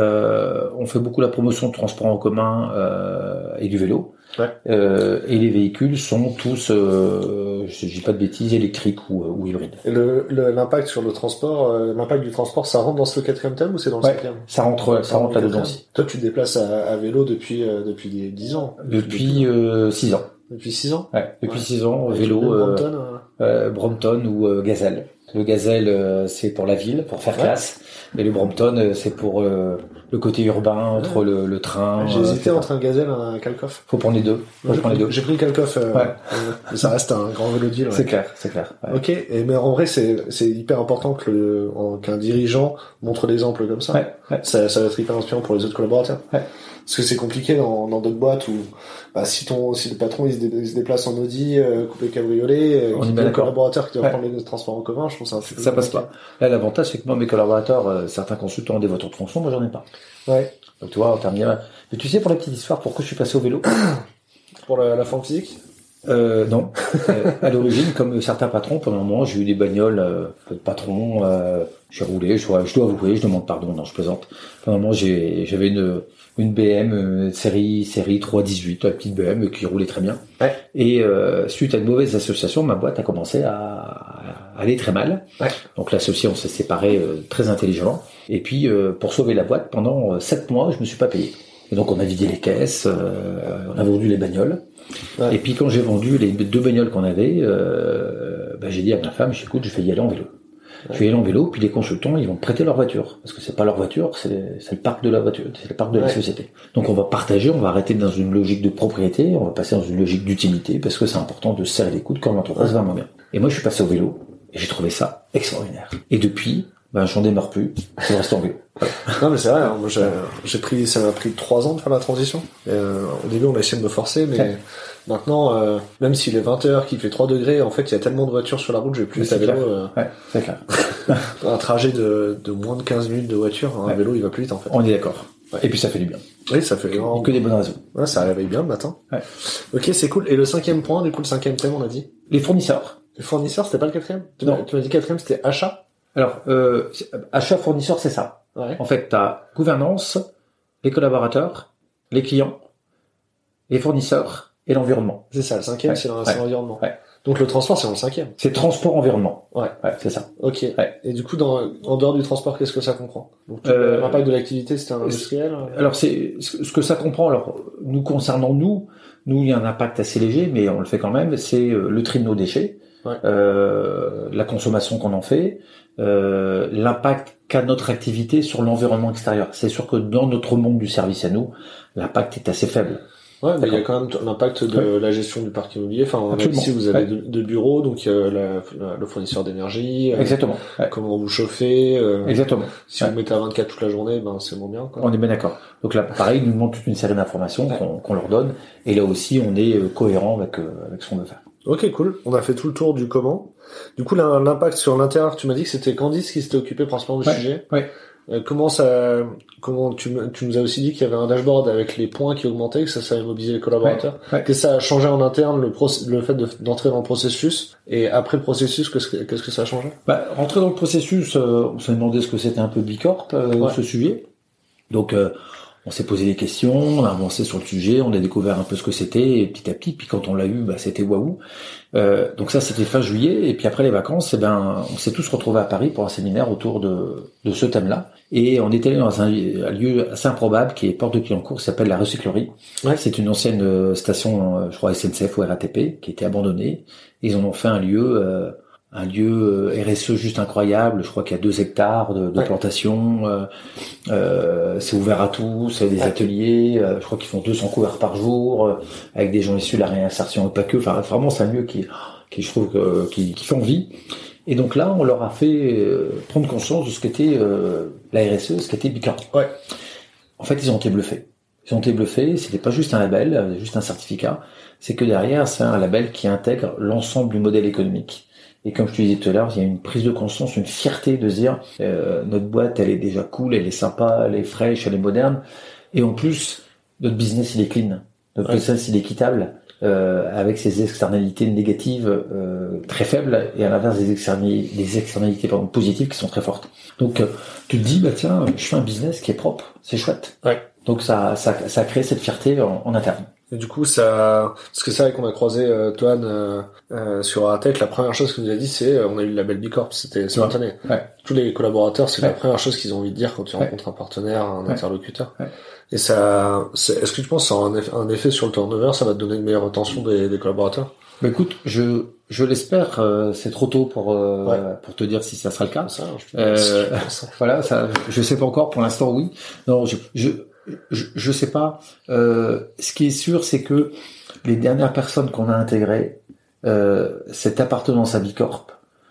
Euh, on fait beaucoup la promotion de transport en commun euh, et du vélo. Ouais. Euh, et les véhicules sont tous, euh, je dis pas de bêtises, électriques ou, ou hybrides. Et le, le, l'impact sur le transport, euh, l'impact du transport, ça rentre dans ce quatrième thème ou c'est dans le ouais, cinquième? Ça rentre, ça rentre là-dedans aussi. Toi, tu te déplaces à, à vélo depuis euh, depuis des dix ans. Depuis euh, six ans. Depuis six ans. Ouais. Depuis ouais. six ans, vélo. Brompton, euh, euh, Brompton ou euh, Gazelle. Le Gazelle, euh, c'est pour la ville, pour faire ouais. classe. Et le Brompton, euh, c'est pour euh, le côté urbain, entre ouais. le, le train. J'ai hésité euh, entre un Gazelle et un Kalkoff. Faut prendre les deux. Faut j'ai, prendre pris, les deux. J'ai pris le Kalkoff. Euh, ouais. euh, mais ça reste un grand vélo de ville. Ouais. C'est clair, c'est clair. Ouais. Ok. Et mais en vrai, c'est c'est hyper important que le, en, qu'un dirigeant montre l'exemple comme ça. Ouais. Ouais. Ça, ça va être hyper inspirant pour les autres collaborateurs. Ouais. Parce que c'est compliqué dans dans d'autres boîtes où bah, si ton si le patron il se, dé, il se déplace en Audi, euh, coupé cabriolet, euh, qui est un collaborateur qui doit ouais. prendre les transports en commun, je pense que c'est un peu ça passe pas. Là, l'avantage c'est que moi mes collaborateurs, euh, certains consultants ont des voitures de fonction, moi j'en ai pas. Ouais. Donc tu vois, en termes de... Mais tu sais pour la petite histoire pourquoi je suis passé au vélo? Pour la, la forme physique? Euh, non. euh, à l'origine, comme certains patrons, pendant un moment, j'ai eu des bagnoles euh, de patron, euh, j'ai roulé, je dois, je dois avouer, je demande pardon, non, je plaisante. Pendant un moment, j'ai, j'avais une, une B M euh, série, série trois dix-huit, la petite B M qui roulait très bien. Ouais. Et euh, suite à une mauvaise association, ma boîte a commencé à, à aller très mal. Ouais. Donc l'associé, on s'est séparés euh, très intelligemment. Et puis, euh, pour sauver la boîte, pendant euh, sept mois, je me suis pas payé. Et donc on a vidé les caisses, euh, on a vendu les bagnoles. Ouais. Et puis quand j'ai vendu les deux bagnoles qu'on avait, euh, bah, j'ai dit à ma femme, écoute, je vais y aller en vélo. Ouais. Je vais y aller en vélo, puis les consultants, ils vont me prêter leur voiture. Parce que c'est pas leur voiture, c'est, c'est le parc de la voiture, c'est le parc de ouais. la société. Donc on va partager, on va arrêter dans une logique de propriété, on va passer dans une logique d'utilité, parce que c'est important de serrer les coudes quand l'entreprise va moins bien. Et moi je suis passé au vélo, et j'ai trouvé ça extraordinaire. Et depuis, ben j'en démarre plus, je reste en vélo. Voilà. Non mais c'est vrai, hein, moi j'ai, j'ai pris, ça m'a pris trois ans de faire la transition. Et, euh, au début on a essayé de me forcer, mais ouais. maintenant, euh, même s'il est vingt heures, qu'il fait trois degrés, en fait il y a tellement de voitures sur la route, je vais plus vite à vélo. Euh, ouais, c'est clair. Un trajet de, de moins de quinze minutes de voiture, un ouais. vélo il va plus vite en fait. On est d'accord. Ouais. Et puis ça fait du bien. Oui, ça fait vraiment... que des bonnes raisons. Ouais, ça réveille bien le matin. Ouais. Ok, c'est cool. Et le cinquième point, du coup le cinquième thème on a dit? Les fournisseurs. Les fournisseurs, c'était pas le quatrième? Tu non. m'as, tu m'as dit quatrième, c'était achat? Alors, euh, achat fournisseur, c'est ça. Ouais. En fait, t'as gouvernance, les collaborateurs, les clients, les fournisseurs et l'environnement. C'est ça, le cinquième, ouais. c'est, ouais. c'est l'environnement. Ouais. Donc le transport, c'est dans le cinquième. C'est transport environnement. Ouais. Ouais, c'est ça. Ok. Ouais. Et du coup, dans, en dehors du transport, qu'est-ce que ça comprend? Donc, euh, l'impact de l'activité, c'était un industriel? Alors, c'est, ce que ça comprend, alors, nous concernant nous, nous, il y a un impact assez léger, mais on le fait quand même, c'est le tri de nos déchets, ouais. euh, la consommation qu'on en fait, euh, l'impact qu'a notre activité sur l'environnement extérieur. C'est sûr que dans notre monde du service à nous, l'impact est assez faible. Ouais, mais il y a quand même l'impact de ouais. la gestion du parc immobilier. Enfin, ici, vous avez ouais. deux, deux bureaux, donc euh, la, la, le fournisseur d'énergie. Euh, Exactement. Ouais. Comment vous chauffez. Euh, Exactement. Si ouais. vous mettez à vingt-quatre toute la journée, ben c'est moins bien. Quoi. On est bien d'accord. Donc là, pareil, ils nous demandent toute une série d'informations ouais. qu'on, qu'on leur donne, et là aussi, on est cohérent avec euh, avec ce qu'on veut faire. Ok, cool. On a fait tout le tour du comment. Du coup, l'impact sur l'intérieur, tu m'as dit que c'était Candice qui s'était occupé principalement du ouais. sujet. Ouais. Euh, comment ça, comment tu, tu nous as aussi dit qu'il y avait un dashboard avec les points qui augmentaient, que ça savait mobiliser les collaborateurs. Ouais, ouais. Que ça a changé en interne le, proc- le fait de, d'entrer dans le processus, et après le processus, qu'est-ce que, qu'est-ce que ça a changé? Bah, rentrer dans le processus, euh, on s'est demandé ce que c'était un peu Bicorp, euh, ouais. ce sujet. Donc, euh, on s'est posé des questions, on a avancé sur le sujet, on a découvert un peu ce que c'était, et petit à petit, puis quand on l'a eu, bah, c'était waouh. Euh, donc ça, c'était fin juillet, et puis après les vacances, eh ben, on s'est tous retrouvés à Paris pour un séminaire autour de, de ce thème-là. Et on est allé dans un, un lieu assez improbable qui est Porte de Clignancourt, qui s'appelle la recyclerie. Ouais. C'est une ancienne euh, station, je crois S N C F ou R A T P, qui était abandonnée. Ils en ont fait un lieu... Euh, un lieu R S E juste incroyable. Je crois qu'il y a deux hectares de, de ouais. plantation. Euh, euh, c'est ouvert à tous, c'est des ouais. ateliers. Euh, je crois qu'ils font deux cents couverts par jour, euh, avec des gens issus de la réinsertion et pas que. Enfin, vraiment, c'est un lieu qui, qui je trouve, que, qui, qui fait envie. Et donc là, on leur a fait euh, prendre conscience de ce qu'était euh, la R S E, ce qu'était Bicorp. Ouais. En fait, ils ont été bluffés. Ils ont été bluffés. C'était pas juste un label, juste un certificat. C'est que derrière, c'est un label qui intègre l'ensemble du modèle économique. Et comme je te disais tout à l'heure, il y a une prise de conscience, une fierté de se dire euh, notre boîte, elle est déjà cool, elle est sympa, elle est fraîche, elle est moderne. Et en plus, notre business, il est clean. Notre ouais. business, il est équitable, euh, avec ses externalités négatives euh, très faibles, et à l'inverse des externalités, des externalités pardon, positives qui sont très fortes. Donc, euh, tu te dis, bah tiens, je fais un business qui est propre, c'est chouette. Ouais. Donc ça, ça, ça a créé cette fierté en, en interne. Et du coup, ça, parce que c'est vrai qu'on a croisé euh, Toine euh, euh, sur Aratech, la première chose qu'il nous a dit, c'est euh, on a eu le label Bicorp, c'était spontané. Ouais. Ouais. Tous les collaborateurs, c'est ouais. la première chose qu'ils ont envie de dire quand tu ouais. rencontres un partenaire, un ouais. interlocuteur. Ouais. Et ça, c'est, est-ce que tu penses que ça a un effet, un effet sur le turnover, ça va te donner une meilleure retention des, des collaborateurs? Bah écoute, je je l'espère. Euh, c'est trop tôt pour euh, ouais. pour te dire si ça sera le cas. Ça, je euh, voilà, ça, je sais pas encore. Pour l'instant, oui. Non, je je Je, je sais pas. Euh, ce qui est sûr, c'est que les dernières personnes qu'on a intégrées, euh, cette appartenance à Bicorp,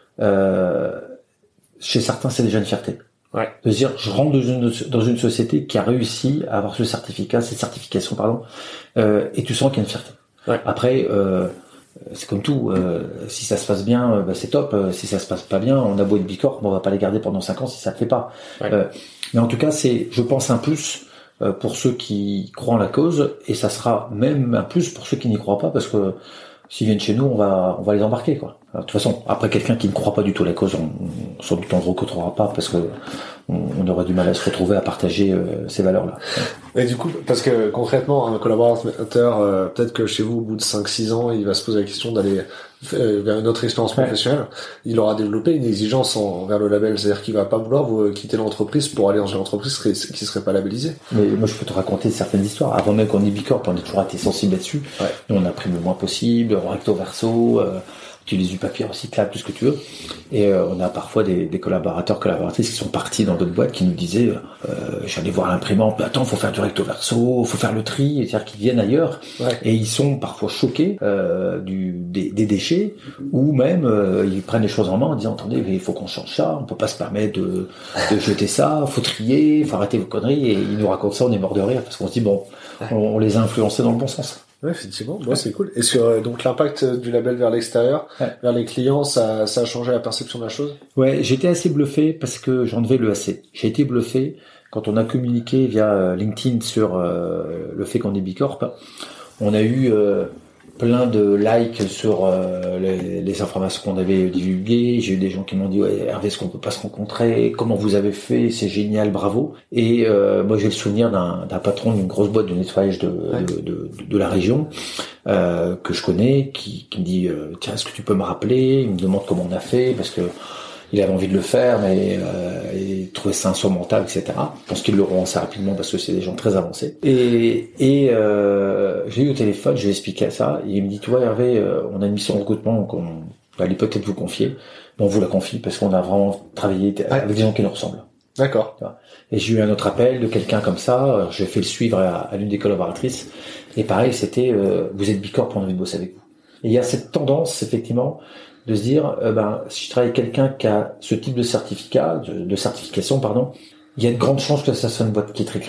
euh, chez certains, c'est déjà une fierté. Ouais. De se dire, je rentre dans une, dans une société qui a réussi à avoir ce certificat, cette certification, pardon, euh, et tu sens qu'il y a une fierté. Ouais. Après, euh, c'est comme tout. Euh, si ça se passe bien, bah, c'est top. Euh, si ça se passe pas bien, on a beau être Bicorp, on va pas les garder pendant cinq ans si ça le fait pas. Ouais. Euh, mais en tout cas, c'est, je pense, un plus pour ceux qui croient en la cause, et ça sera même un plus pour ceux qui n'y croient pas, parce que s'ils viennent chez nous, on va on va les embarquer, quoi. De toute façon, après, quelqu'un qui ne croit pas du tout à la cause, on, on sans doute on ne le rencontrera pas, parce que on, on aura du mal à se retrouver à partager euh, ces valeurs-là. Et du coup, parce que concrètement, un collaborateur, euh, peut-être que chez vous, au bout de cinq six ans, il va se poser la question d'aller euh, vers une autre expérience professionnelle. Ouais. Il aura développé une exigence envers le label, c'est-à-dire qu'il va pas vouloir vous quitter l'entreprise pour aller dans une entreprise qui serait pas labellisée. Mais moi, je peux te raconter certaines histoires. Avant même qu'on ait Bicorp, on a toujours été sensible là-dessus. Ouais. Nous, on a pris le moins possible, recto verso. Euh, utilise du papier recyclable, tout ce que tu veux. Et euh, on a parfois des, des collaborateurs, collaboratrices qui sont partis dans d'autres boîtes qui nous disaient euh, j'allais voir l'imprimante, attends, faut faire du recto verso, faut faire le tri, c'est-à-dire qu'ils viennent ailleurs. Ouais. Et ils sont parfois choqués euh, du, des, des déchets, ou même euh, ils prennent les choses en main en disant attendez, il faut qu'on change ça, on peut pas se permettre de, de jeter ça, faut trier, faut arrêter vos conneries. Et ils nous racontent ça, on est mort de rire, parce qu'on se dit bon, on, on les a influencés dans le bon sens. Ouais, effectivement, bon, ouais. c'est cool. Et sur euh, donc l'impact du label vers l'extérieur, ouais. vers les clients, ça, ça a changé la perception de la chose? Ouais, j'étais assez bluffé parce que j'enlevais le A C. J'ai été bluffé quand on a communiqué via euh, LinkedIn sur euh, le fait qu'on est Bicorp. On a eu euh, plein de likes sur euh, les, les informations qu'on avait divulguées. J'ai eu des gens qui m'ont dit ouais, Hervé, est-ce qu'on peut pas se rencontrer? Comment vous avez fait? C'est génial, bravo. Et euh, moi, j'ai le souvenir d'un, d'un patron d'une grosse boîte de nettoyage de, ouais. de, de, de, de la région euh, que je connais, qui, qui me dit euh, tiens, est-ce que tu peux me rappeler? Il me demande comment on a fait parce que il avait envie de le faire, mais euh, il trouvait ça insurmontable, et cetera. Je pense qu'ils l'auront assez rapidement parce que c'est des gens très avancés. Et, et euh, j'ai eu au téléphone, je lui ai expliqué ça, et il me dit, tu vois Hervé, euh, on a une mission de recrutement qu'on va aller peut-être vous confier. Bon, on vous la confie parce qu'on a vraiment travaillé avec des gens qui nous ressemblent. D'accord. Et j'ai eu un autre appel de quelqu'un comme ça, j'ai fait le suivre à, à l'une des collaboratrices, et pareil, c'était, euh, vous êtes Bicorp, on a envie de bosser avec vous. Et il y a cette tendance, effectivement, de se dire, euh, ben, si je travaille avec quelqu'un qui a ce type de certificat, de, de certification, pardon, il y a de grandes chances que ça soit une boîte qui est très clean.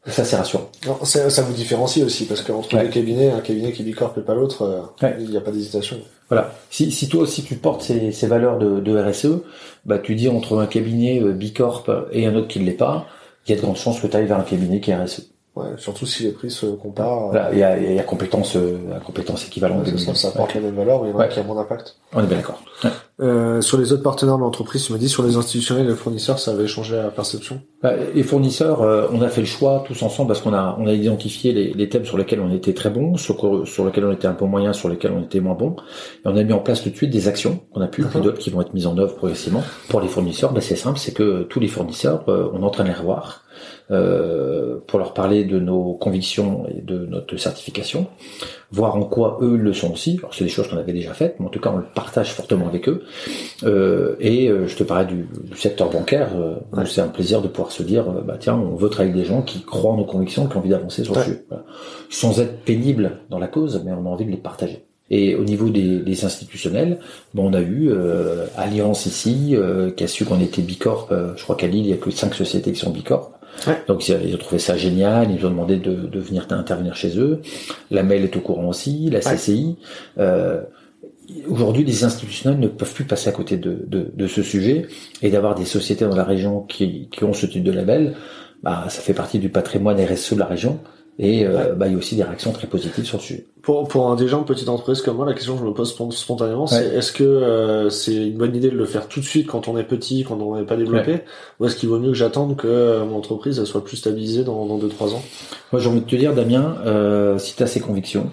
Et ça, c'est rassurant. Non, ça, ça vous différencie aussi, parce qu'entre ouais. deux cabinets, un cabinet qui est Bicorp et pas l'autre, euh, ouais. il n'y a pas d'hésitation. Voilà. Si, si toi aussi tu portes ces, ces valeurs de, de R S E, bah tu dis entre un cabinet euh, Bicorp et un autre qui ne l'est pas, il y a de grandes chances que tu ailles vers un cabinet qui est R S E. Ouais, surtout si les prix se comparent. Voilà, il y a, il y a compétences, euh, compétences équivalentes. Ouais, ça, ça apporte ouais. la même valeur, mais il y en a ouais. qui a moins d'impact. On est bien d'accord. Ouais. Euh, sur les autres partenaires de l'entreprise, tu m'as dit sur les institutionnels et les fournisseurs, ça avait changé la perception. Bah, les fournisseurs, euh, on a fait le choix tous ensemble parce qu'on a, on a identifié les, les thèmes sur lesquels on était très bons, sur, sur lesquels on était un peu moyen, sur lesquels on était moins bon, et on a mis en place tout de suite des actions qu'on a pu, uh-huh. puis d'autres qui vont être mises en œuvre progressivement. Pour les fournisseurs, bah, c'est simple, c'est que tous les fournisseurs, euh, on est en train de les revoir. Euh, pour leur parler de nos convictions et de notre certification, voir en quoi eux le sont aussi. Alors c'est des choses qu'on avait déjà faites, mais en tout cas on le partage fortement avec eux. Euh, et euh, je te parlais du, du secteur bancaire, euh, ouais. c'est un plaisir de pouvoir se dire, euh, bah tiens, on veut travailler avec des gens qui croient en nos convictions, qui ont envie d'avancer sur ouais. le sujet. Voilà. Sans être pénible dans la cause, mais on a envie de les partager. Et au niveau des, des institutionnels, bon, on a eu euh, Alliance ici, euh, qui a su qu'on était Bicorp. Euh, je crois qu'à Lille, il y a que cinq sociétés qui sont Bicorp. Ouais. Donc ils ont trouvé ça génial, ils nous ont demandé de, de venir intervenir chez eux. La Mail est au courant aussi, la C C I. Ouais. Euh, aujourd'hui, les institutionnels ne peuvent plus passer à côté de, de, de ce sujet, et d'avoir des sociétés dans la région qui, qui ont ce type de label, bah, ça fait partie du patrimoine R S E de la région. Et euh, ouais. bah, il y a aussi des réactions très positives sur le sujet. Pour, pour un dirigeant de petite entreprise comme moi, la question que je me pose spontanément, ouais. c'est est-ce que euh, c'est une bonne idée de le faire tout de suite quand on est petit, quand on n'est pas développé, ouais. ou est-ce qu'il vaut mieux que j'attende que euh, mon entreprise elle soit plus stabilisée dans, dans deux trois ans? Moi, j'ai envie de te dire, Damien, euh, si tu as ces convictions,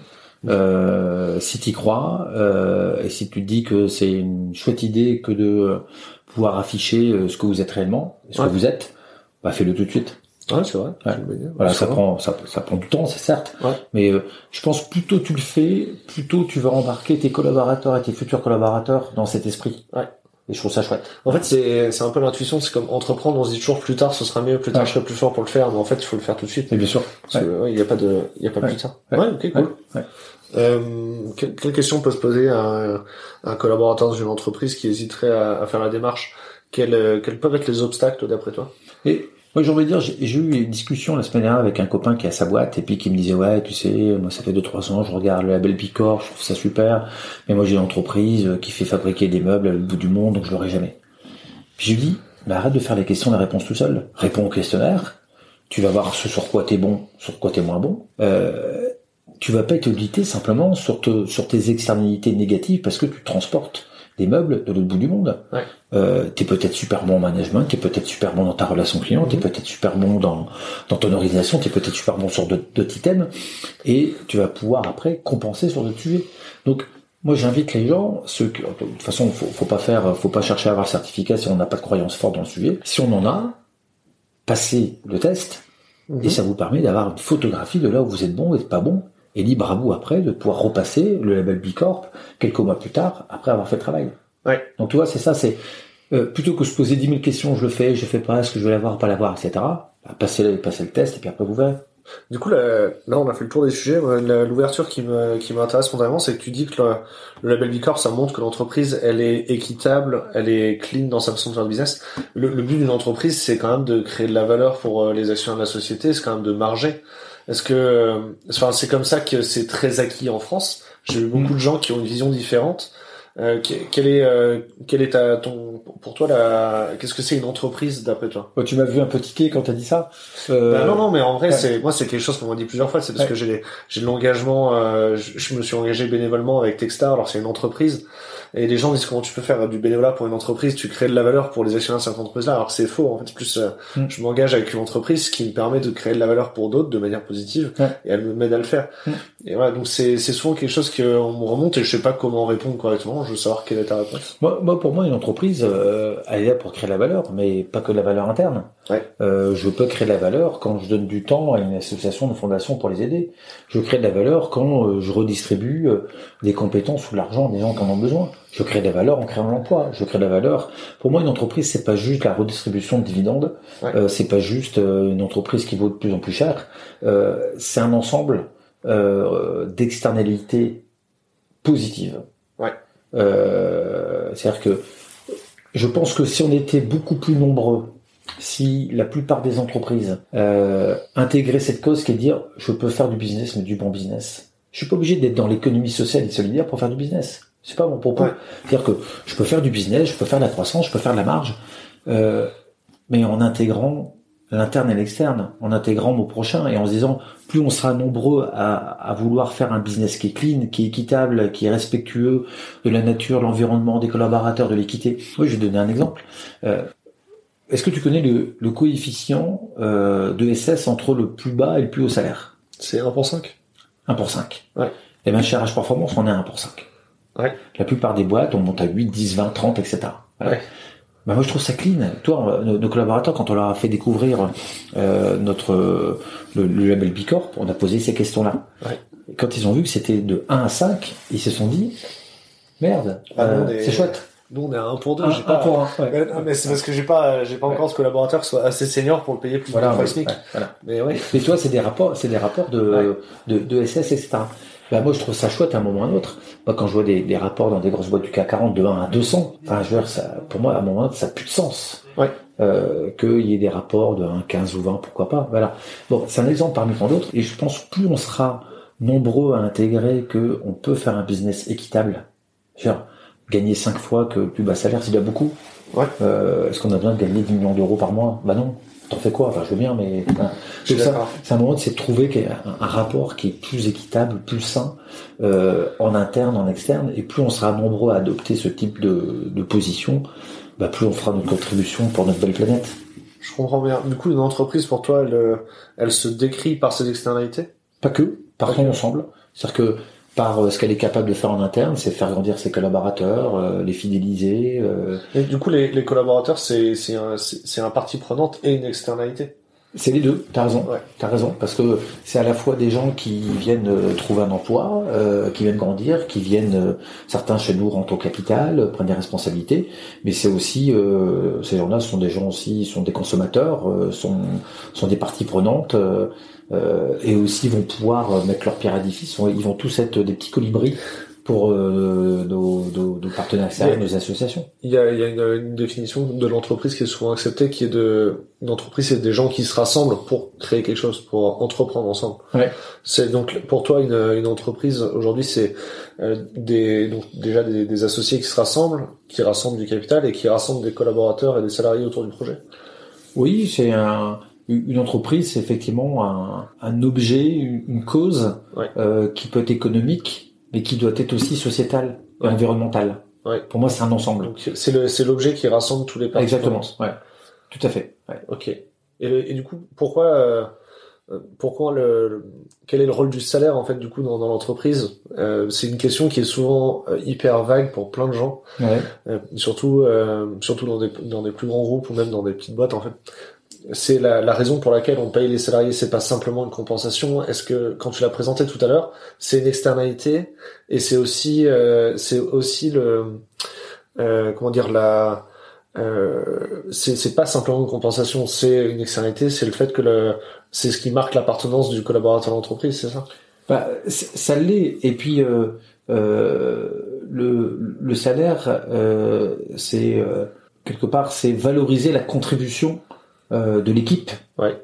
euh, si tu y crois, euh, et si tu te dis que c'est une chouette idée que de pouvoir afficher ce que vous êtes réellement, ce ouais. que vous êtes, bah fais-le tout de suite. Ouais, c'est vrai. Ouais. Voilà, ça prend, ça, ça prend du temps, c'est certes. Ouais. Mais euh, je pense plus tôt tu le fais, plus tôt tu vas embarquer tes collaborateurs et tes futurs collaborateurs dans cet esprit. Ouais. Et je trouve ça chouette. En fait, c'est, c'est un peu l'intuition. C'est comme entreprendre, on se dit toujours plus tard, ce sera mieux, plus tard, ouais. je serai plus fort pour le faire. Mais en fait, il faut le faire tout de suite. Et bien sûr. Parce ouais. que, ouais, il n'y a pas de, il y a pas ouais. plus tard. Ouais, ouais ok, cool. Ouais. Ouais. Euh, quelle, quelle question peut se poser à un, à un collaborateur dans une entreprise qui hésiterait à, à faire la démarche? Quels, quels peuvent être les obstacles d'après toi? Et moi, j'ai envie de dire, j'ai, j'ai eu une discussion la semaine dernière avec un copain qui a sa boîte et puis qui me disait, ouais, tu sais, moi, ça fait deux, trois ans, je regarde le label Bicorp, je trouve ça super, mais moi, j'ai une entreprise qui fait fabriquer des meubles à l'autre bout du monde, donc je l'aurai jamais. Puis je lui dis, bah, arrête de faire les questions, la réponse tout seul. Réponds au questionnaire. Tu vas voir ce sur quoi t'es bon, sur quoi t'es moins bon. Euh, tu vas pas être audité simplement sur te, sur tes externalités négatives parce que tu transportes des meubles de l'autre bout du monde. Ouais. Euh, t'es peut-être super bon en management, t'es peut-être super bon dans ta relation client, mmh. t'es peut-être super bon dans, dans ton organisation, t'es peut-être super bon sur d'autres, d'autres items, et tu vas pouvoir après compenser sur d'autres sujets. Donc, moi, j'invite les gens, ceux que, de toute façon, faut, faut pas faire, faut pas chercher à avoir le certificat si on n'a pas de croyance forte dans le sujet. Si on en a, passez le test, mmh. et ça vous permet d'avoir une photographie de là où vous êtes bon et pas bon. Et libre à vous après de pouvoir repasser le label Bicorp quelques mois plus tard après avoir fait le travail. Ouais. Donc tu vois, c'est ça, c'est euh, plutôt que se poser dix mille questions, je le fais, je le fais pas, est-ce que je vais l'avoir, pas l'avoir, et cetera. Bah, passez, passez le test et puis après vous verrez. Du coup, là, là, on a fait le tour des sujets. L'ouverture qui me, qui m'intéresse fondamentalement, c'est que tu dis que le, le label Bicorp, ça montre que l'entreprise, elle est équitable, elle est clean dans sa façon de faire le business. Le, le but d'une entreprise, c'est quand même de créer de la valeur pour les actionnaires de la société, c'est quand même de marger. Est-ce que, enfin, c'est comme ça que c'est très acquis en France. J'ai eu beaucoup mmh. de gens qui ont une vision différente. Euh, quelle est, euh, quelle est ta, ton, pour toi, la, qu'est-ce que c'est une entreprise d'après toi? Oh, tu m'as vu un peu tiquer quand t'as dit ça. Euh... Ben non, non, mais en vrai, ouais. c'est, moi, c'est quelque chose qu'on m'a dit plusieurs fois. C'est parce ouais. que j'ai, j'ai de l'engagement. Euh, je, je me suis engagé bénévolement avec Techstar. Alors c'est une entreprise. Et les gens disent comment tu peux faire du bénévolat pour une entreprise, tu crées de la valeur pour les actionnaires de cette entreprise-là, alors que c'est faux. En fait, c'est plus, euh, mm. je m'engage avec une entreprise qui me permet de créer de la valeur pour d'autres de manière positive, ouais. et elle m'aide à le faire. Mm. Et voilà, donc c'est, c'est souvent quelque chose qu'on me remonte et je sais pas comment répondre correctement. Je veux savoir quelle est ta réponse. Moi, moi pour moi, une entreprise, euh, elle est là pour créer de la valeur, mais pas que de la valeur interne. Ouais. Euh, je peux créer de la valeur quand je donne du temps à une association, une fondation pour les aider. Je crée de la valeur quand euh, je redistribue euh, des compétences ou de l'argent à des gens qui en ont besoin. Je crée de la valeur en créant l'emploi. Je crée de la valeur. Pour moi, une entreprise, c'est pas juste la redistribution de dividendes. Ouais. Euh, c'est pas juste euh, une entreprise qui vaut de plus en plus cher. Euh, c'est un ensemble euh, d'externalités positives. Ouais. Euh, c'est-à-dire que je pense que si on était beaucoup plus nombreux si la plupart des entreprises euh, intégraient cette cause qui est de dire je peux faire du business mais du bon business. Je suis pas obligé d'être dans l'économie sociale et solidaire pour faire du business. C'est pas mon propos. Ouais. C'est-à-dire que je peux faire du business, je peux faire de la croissance, je peux faire de la marge, euh, mais en intégrant l'interne et l'externe, en intégrant mon prochain et en se disant plus on sera nombreux à, à vouloir faire un business qui est clean, qui est équitable, qui est respectueux de la nature, l'environnement, des collaborateurs, de l'équité. Oui, je vais donner un exemple. Euh, est-ce que tu connais le, le coefficient euh, de S S entre le plus bas et le plus haut salaire? C'est un pour cinq. un pour cinq. Ouais. Et bien chez R H Performance, on est à un pour cinq. Ouais. La plupart des boîtes, on monte à huit, dix, vingt, trente, et cetera. Voilà. Ouais. Ben moi je trouve ça clean. Toi, nos, nos collaborateurs, quand on leur a fait découvrir euh, notre le, le label B Corp, on a posé ces questions-là. Ouais. Quand ils ont vu que c'était de un à cinq, ils se sont dit merde, ah, euh, est... c'est chouette. Nous on est à un pour deux. Un, j'ai pas... un pour un. Ouais. Mais, non, mais c'est parce que j'ai pas j'ai pas encore ouais. ce collaborateur qui soit assez senior pour le payer plus voilà, de ouais, SMIC. Ouais, voilà. Mais ouais. Et toi, c'est des rapports, c'est des rapports de ouais. de, de S S, et cetera. Ben moi je trouve ça chouette à un moment ou à un autre. Moi quand je vois des, des rapports dans des grosses boîtes du C A C quarante de un à deux cents, enfin je veux dire, ça, pour moi à un moment ou à un autre ça n'a plus de sens. Ouais. Euh, qu'il y ait des rapports de un, quinze ou vingt, pourquoi pas. Voilà. Bon, c'est un exemple parmi tant d'autres. Et je pense plus on sera nombreux à intégrer que on peut faire un business équitable. Genre, gagner cinq fois que le plus bas salaire, c'est déjà beaucoup. Ouais. Euh, est-ce qu'on a besoin de gagner dix millions d'euros par mois? Bah non. T'en fais quoi? Enfin, je veux bien, mais hein. Donc ça, c'est un moment de c'est de trouver un, un rapport qui est plus équitable, plus sain, euh, en interne, en externe, et plus on sera nombreux à adopter ce type de, de position, bah plus on fera notre contribution pour notre belle planète. Je comprends bien. Du coup, une entreprise pour toi, elle, elle se décrit par ses externalités? Pas que, par son ensemble. C'est-à-dire que par ce qu'elle est capable de faire en interne, c'est faire grandir ses collaborateurs, euh, les fidéliser. Euh... Et du coup, les, les collaborateurs, c'est c'est un c'est, c'est un partie prenante et une externalité. C'est les deux. T'as raison. Ouais. T'as raison parce que c'est à la fois des gens qui viennent euh, trouver un emploi, euh, qui viennent grandir, qui viennent euh, certains chez nous rentrent au capital, euh, prennent des responsabilités, mais c'est aussi euh, ces gens-là sont des gens aussi sont des consommateurs, euh, sont sont des parties prenantes. Euh, Euh, et aussi vont pouvoir mettre leur pierre à l'édifice. Ils vont tous être des petits colibris pour euh, nos, nos, nos partenaires externes, nos associations. Il y a, il y a une, une définition de l'entreprise qui est souvent acceptée, qui est de l'entreprise, c'est des gens qui se rassemblent pour créer quelque chose, pour entreprendre ensemble. Ouais. C'est donc pour toi une, une entreprise aujourd'hui, c'est euh, des donc déjà des, des associés qui se rassemblent, qui rassemblent du capital et qui rassemblent des collaborateurs et des salariés autour du projet. Oui, c'est un Une entreprise, c'est effectivement un, un objet, une cause ouais. euh, qui peut être économique, mais qui doit être aussi sociétale et ouais. environnementale. Ouais. Pour moi, c'est un ensemble. Donc, c'est le c'est l'objet qui rassemble tous les parties. Exactement. Ouais. Tout à fait. Ouais. Ok. Et, et du coup, pourquoi euh, pourquoi le, le quel est le rôle du salaire en fait du coup dans, dans l'entreprise? euh, C'est une question qui est souvent euh, hyper vague pour plein de gens. Ouais. Euh, surtout euh, surtout dans des dans des plus grands groupes ou même dans des petites boîtes en fait. C'est la, la raison pour laquelle on paye les salariés, c'est pas simplement une compensation. Est-ce que, quand tu l'as présenté tout à l'heure, c'est une externalité et c'est aussi, euh, c'est aussi le, euh, comment dire, la, euh, c'est, c'est pas simplement une compensation, c'est une externalité, c'est le fait que le, c'est ce qui marque l'appartenance du collaborateur à l'entreprise, c'est ça? Bah, ça l'est. Et puis euh, euh, le, le salaire, euh, c'est euh, quelque part, c'est valoriser la contribution Euh, de l'équipe ouais.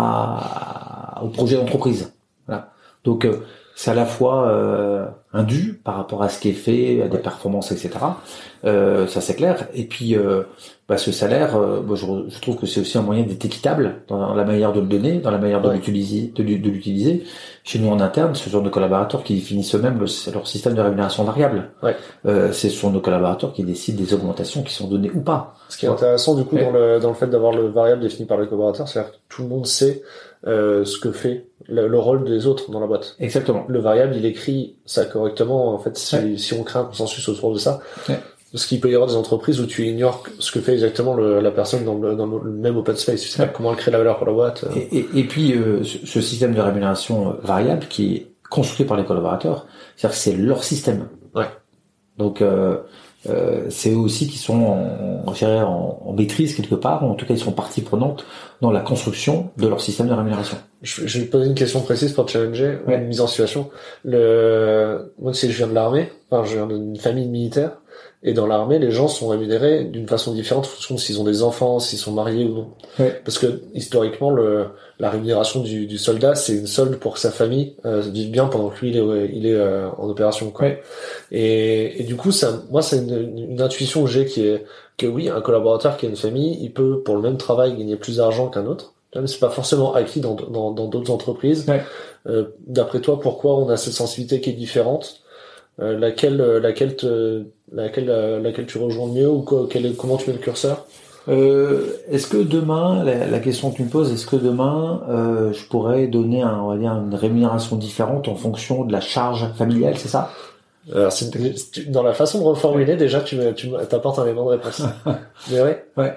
à, au projet d'entreprise. Voilà. Donc euh, c'est à la fois euh, un dû par rapport à ce qui est fait, à des ouais. performances, et cetera. Euh, ça c'est clair. Et puis euh, bah, ce salaire, euh, moi, je, je trouve que c'est aussi un moyen d'être équitable dans la manière de le donner, dans la manière de ouais. l'utiliser, de, de l'utiliser. Chez nous en interne, ce sont nos collaborateurs qui définissent eux-mêmes le, leur système de rémunération variable. Ouais. Euh, ce sont nos collaborateurs qui décident des augmentations qui sont données ou pas. Ce qui est ouais. intéressant du coup ouais. dans le dans le fait d'avoir le variable défini par les collaborateurs, c'est-à-dire que tout le monde sait euh, ce que fait le, le rôle des autres dans la boîte. Exactement. Le variable, il écrit ça correctement. En fait, si, ouais. si on crée un consensus autour de ça. Ouais. Parce qu'il peut y avoir des entreprises où tu ignores ce que fait exactement le, la personne dans le, dans le même open space. Tu sais ouais. pas comment elle crée la valeur pour la boîte. Et, et, et puis, euh, ce, ce système de rémunération variable qui est construit par les collaborateurs, c'est-à-dire que c'est leur système. Ouais. Donc, euh, euh, c'est eux aussi qui sont en, en, en maîtrise quelque part, ou en tout cas, ils sont partie prenante dans la construction de leur système de rémunération. Je, je vais te poser une question précise pour te challenger, ouais. une mise en situation. Le, moi, si je viens de l'armée, enfin, je viens d'une famille militaire, Et dans l'armée, les gens sont rémunérés d'une façon différente en fonction de s'ils ont des enfants, s'ils sont mariés ou non. Ouais. Parce que historiquement, le, la rémunération du, du soldat, c'est une solde pour que sa famille euh, vive bien pendant que lui il est, il est euh, en opération. Quoi. Ouais. Et, et du coup, ça, moi, c'est une, une intuition que j'ai qui est que oui, un collaborateur qui a une famille, il peut pour le même travail gagner plus d'argent qu'un autre. Même c'est pas forcément acquis dans dans, dans d'autres entreprises. Ouais. Euh, d'après toi, pourquoi on a cette sensibilité qui est différente? Euh, laquelle, laquelle, te, laquelle, euh, laquelle tu rejoins mieux ou quoi, quel, comment tu mets le curseur? Euh, est-ce que demain, la, la question que tu me poses, est-ce que demain, euh, je pourrais donner un, on va dire une rémunération différente en fonction de la charge familiale, c'est ça? Alors, c'est, dans la façon de reformuler, déjà, tu, me, tu t'apportes un élément de réponse. Mais ouais. Ouais.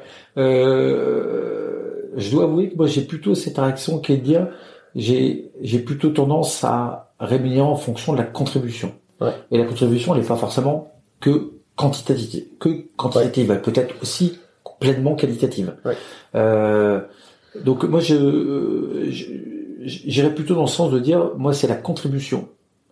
Euh, je dois avouer que moi, j'ai plutôt cette réaction qui est de dire, j'ai, j'ai plutôt tendance à rémunérer en fonction de la contribution. Ouais. Et la contribution, elle n'est pas forcément que quantitative, que quantitative, ouais. Elle peut être aussi pleinement qualitative. Ouais. Euh, donc moi, je, je, j'irais plutôt dans le sens de dire, moi, c'est la contribution,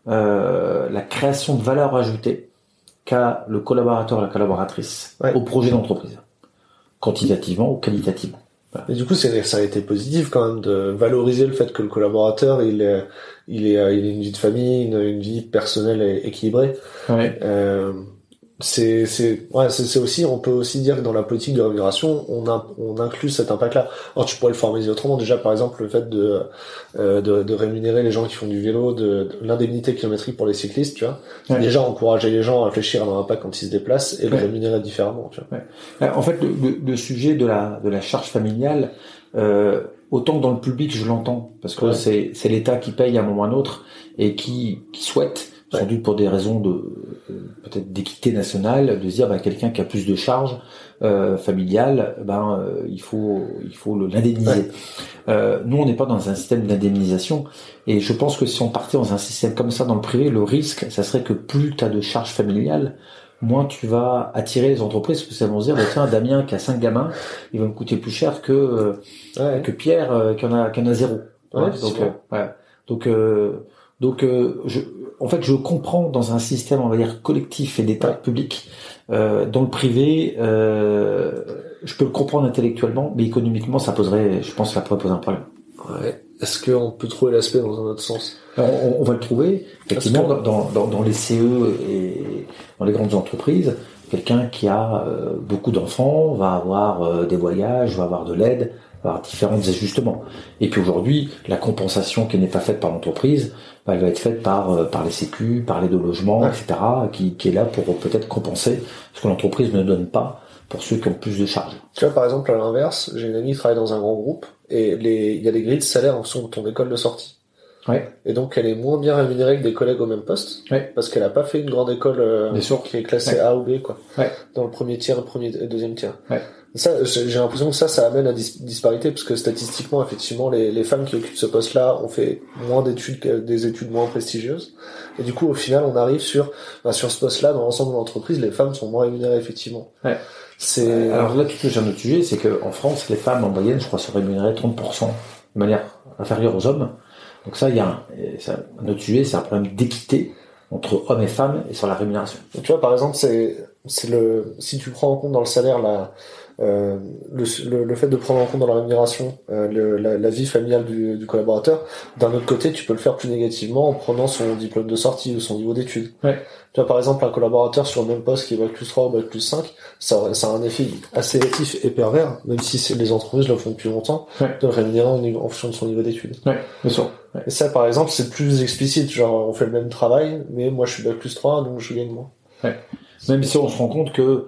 euh, la création de valeur ajoutée qu'a le collaborateur, la collaboratrice, ouais. au projet d'entreprise, quantitativement ou qualitativement. Voilà. Et du coup, c'est, ça a été positif quand même de valoriser le fait que le collaborateur, il est, il est, il a une vie de famille, une, une vie personnelle et équilibrée. Ouais. Euh, c'est, c'est, ouais, c'est, c'est aussi, on peut aussi dire que dans la politique de rémunération, on a, on inclut cet impact-là. Alors, tu pourrais le formaliser autrement. Déjà, par exemple, le fait de, euh, de, de rémunérer les gens qui font du vélo, de, de l'indemnité kilométrique pour les cyclistes, tu vois. Ouais. Déjà, encourager les gens à réfléchir à leur impact quand ils se déplacent et ouais. le rémunérer différemment, tu vois. Ouais. En fait, le, le, le sujet de la, de la charge familiale, euh, autant que dans le public, je l'entends. Parce que ouais. c'est, c'est l'État qui paye à un moment ou à un autre et qui, qui souhaite, sans ouais. doute pour des raisons de peut-être d'équité nationale, de se dire bah, quelqu'un qui a plus de charges euh, familiales, ben euh, il faut il faut le, l'indemniser. Ouais. Euh, nous on n'est pas dans un système d'indemnisation et je pense que si on partait dans un système comme ça dans le privé, le risque ça serait que plus tu as de charges familiales, moins tu vas attirer les entreprises parce que ça vont se dire bah, tiens Damien qui a cinq gamins, il va me coûter plus cher que euh, ouais. que Pierre euh, qui en a qui en a zéro. Ouais, ouais, donc euh, ouais. donc euh, donc euh, je en fait, je comprends dans un système, on va dire, collectif et d'État ouais. public. Euh, dans le privé, euh, je peux le comprendre intellectuellement, mais économiquement, ça poserait, je pense, que ça pourrait poser un problème. Ouais. Est-ce qu'on peut trouver l'aspect dans un autre sens? Alors, on, on va le trouver, effectivement, que... dans, dans, dans les C E et dans les grandes entreprises. Quelqu'un qui a euh, beaucoup d'enfants va avoir euh, des voyages, va avoir de l'aide, va avoir différents ajustements. Et puis aujourd'hui, la compensation qui n'est pas faite par l'entreprise, bah, elle va être faite par euh, par les sécu, par l'aide au logement, ouais. et cetera, qui, qui est là pour peut-être compenser ce que l'entreprise ne donne pas pour ceux qui ont plus de charges. Tu vois, par exemple, à l'inverse, j'ai une amie qui travaille dans un grand groupe et les il y a des grilles de salaire en fonction de ton école de sortie. Ouais. Et donc elle est moins bien rémunérée que des collègues au même poste, ouais. parce qu'elle a pas fait une grande école euh, qui est classée ouais. A ou B, quoi. Ouais. Dans le premier tiers et premier et deuxième tiers. Ouais. Ça, j'ai l'impression que ça, ça amène à dis- disparité, parce que statistiquement, effectivement, les, les femmes qui occupent ce poste-là ont fait moins d'études, des études moins prestigieuses. Et du coup, au final, on arrive sur, bah, sur ce poste-là, dans l'ensemble de l'entreprise, les femmes sont moins rémunérées, effectivement. Ouais. C'est... Alors là, tu touches un autre sujet, c'est que en France, les femmes, en moyenne, je crois, sont rémunérées trente pour cent de manière inférieure aux hommes. Donc ça, il y a un, c'est un autre sujet, c'est un problème d'équité entre hommes et femmes et sur la rémunération. Et tu vois, par exemple, c'est, c'est le, si tu prends en compte dans le salaire la, euh, le, le, le fait de prendre en compte dans la rémunération euh, le, la, la vie familiale du, du collaborateur, d'un autre côté, tu peux le faire plus négativement en prenant son diplôme de sortie ou son niveau d'études. Ouais. Tu vois, par exemple, un collaborateur sur le même poste qui est bac plus trois ou bac plus cinq, ça, ça a un effet assez négatif et pervers, même si les entreprises le font depuis longtemps, ouais. de le rémunérer en, en fonction de son niveau d'études. Ouais, bien sûr. Ouais. Et ça, par exemple, c'est plus explicite. Genre, on fait le même travail, mais moi, je suis bac plus trois, donc je gagne moins. Ouais. Même si on se rend compte que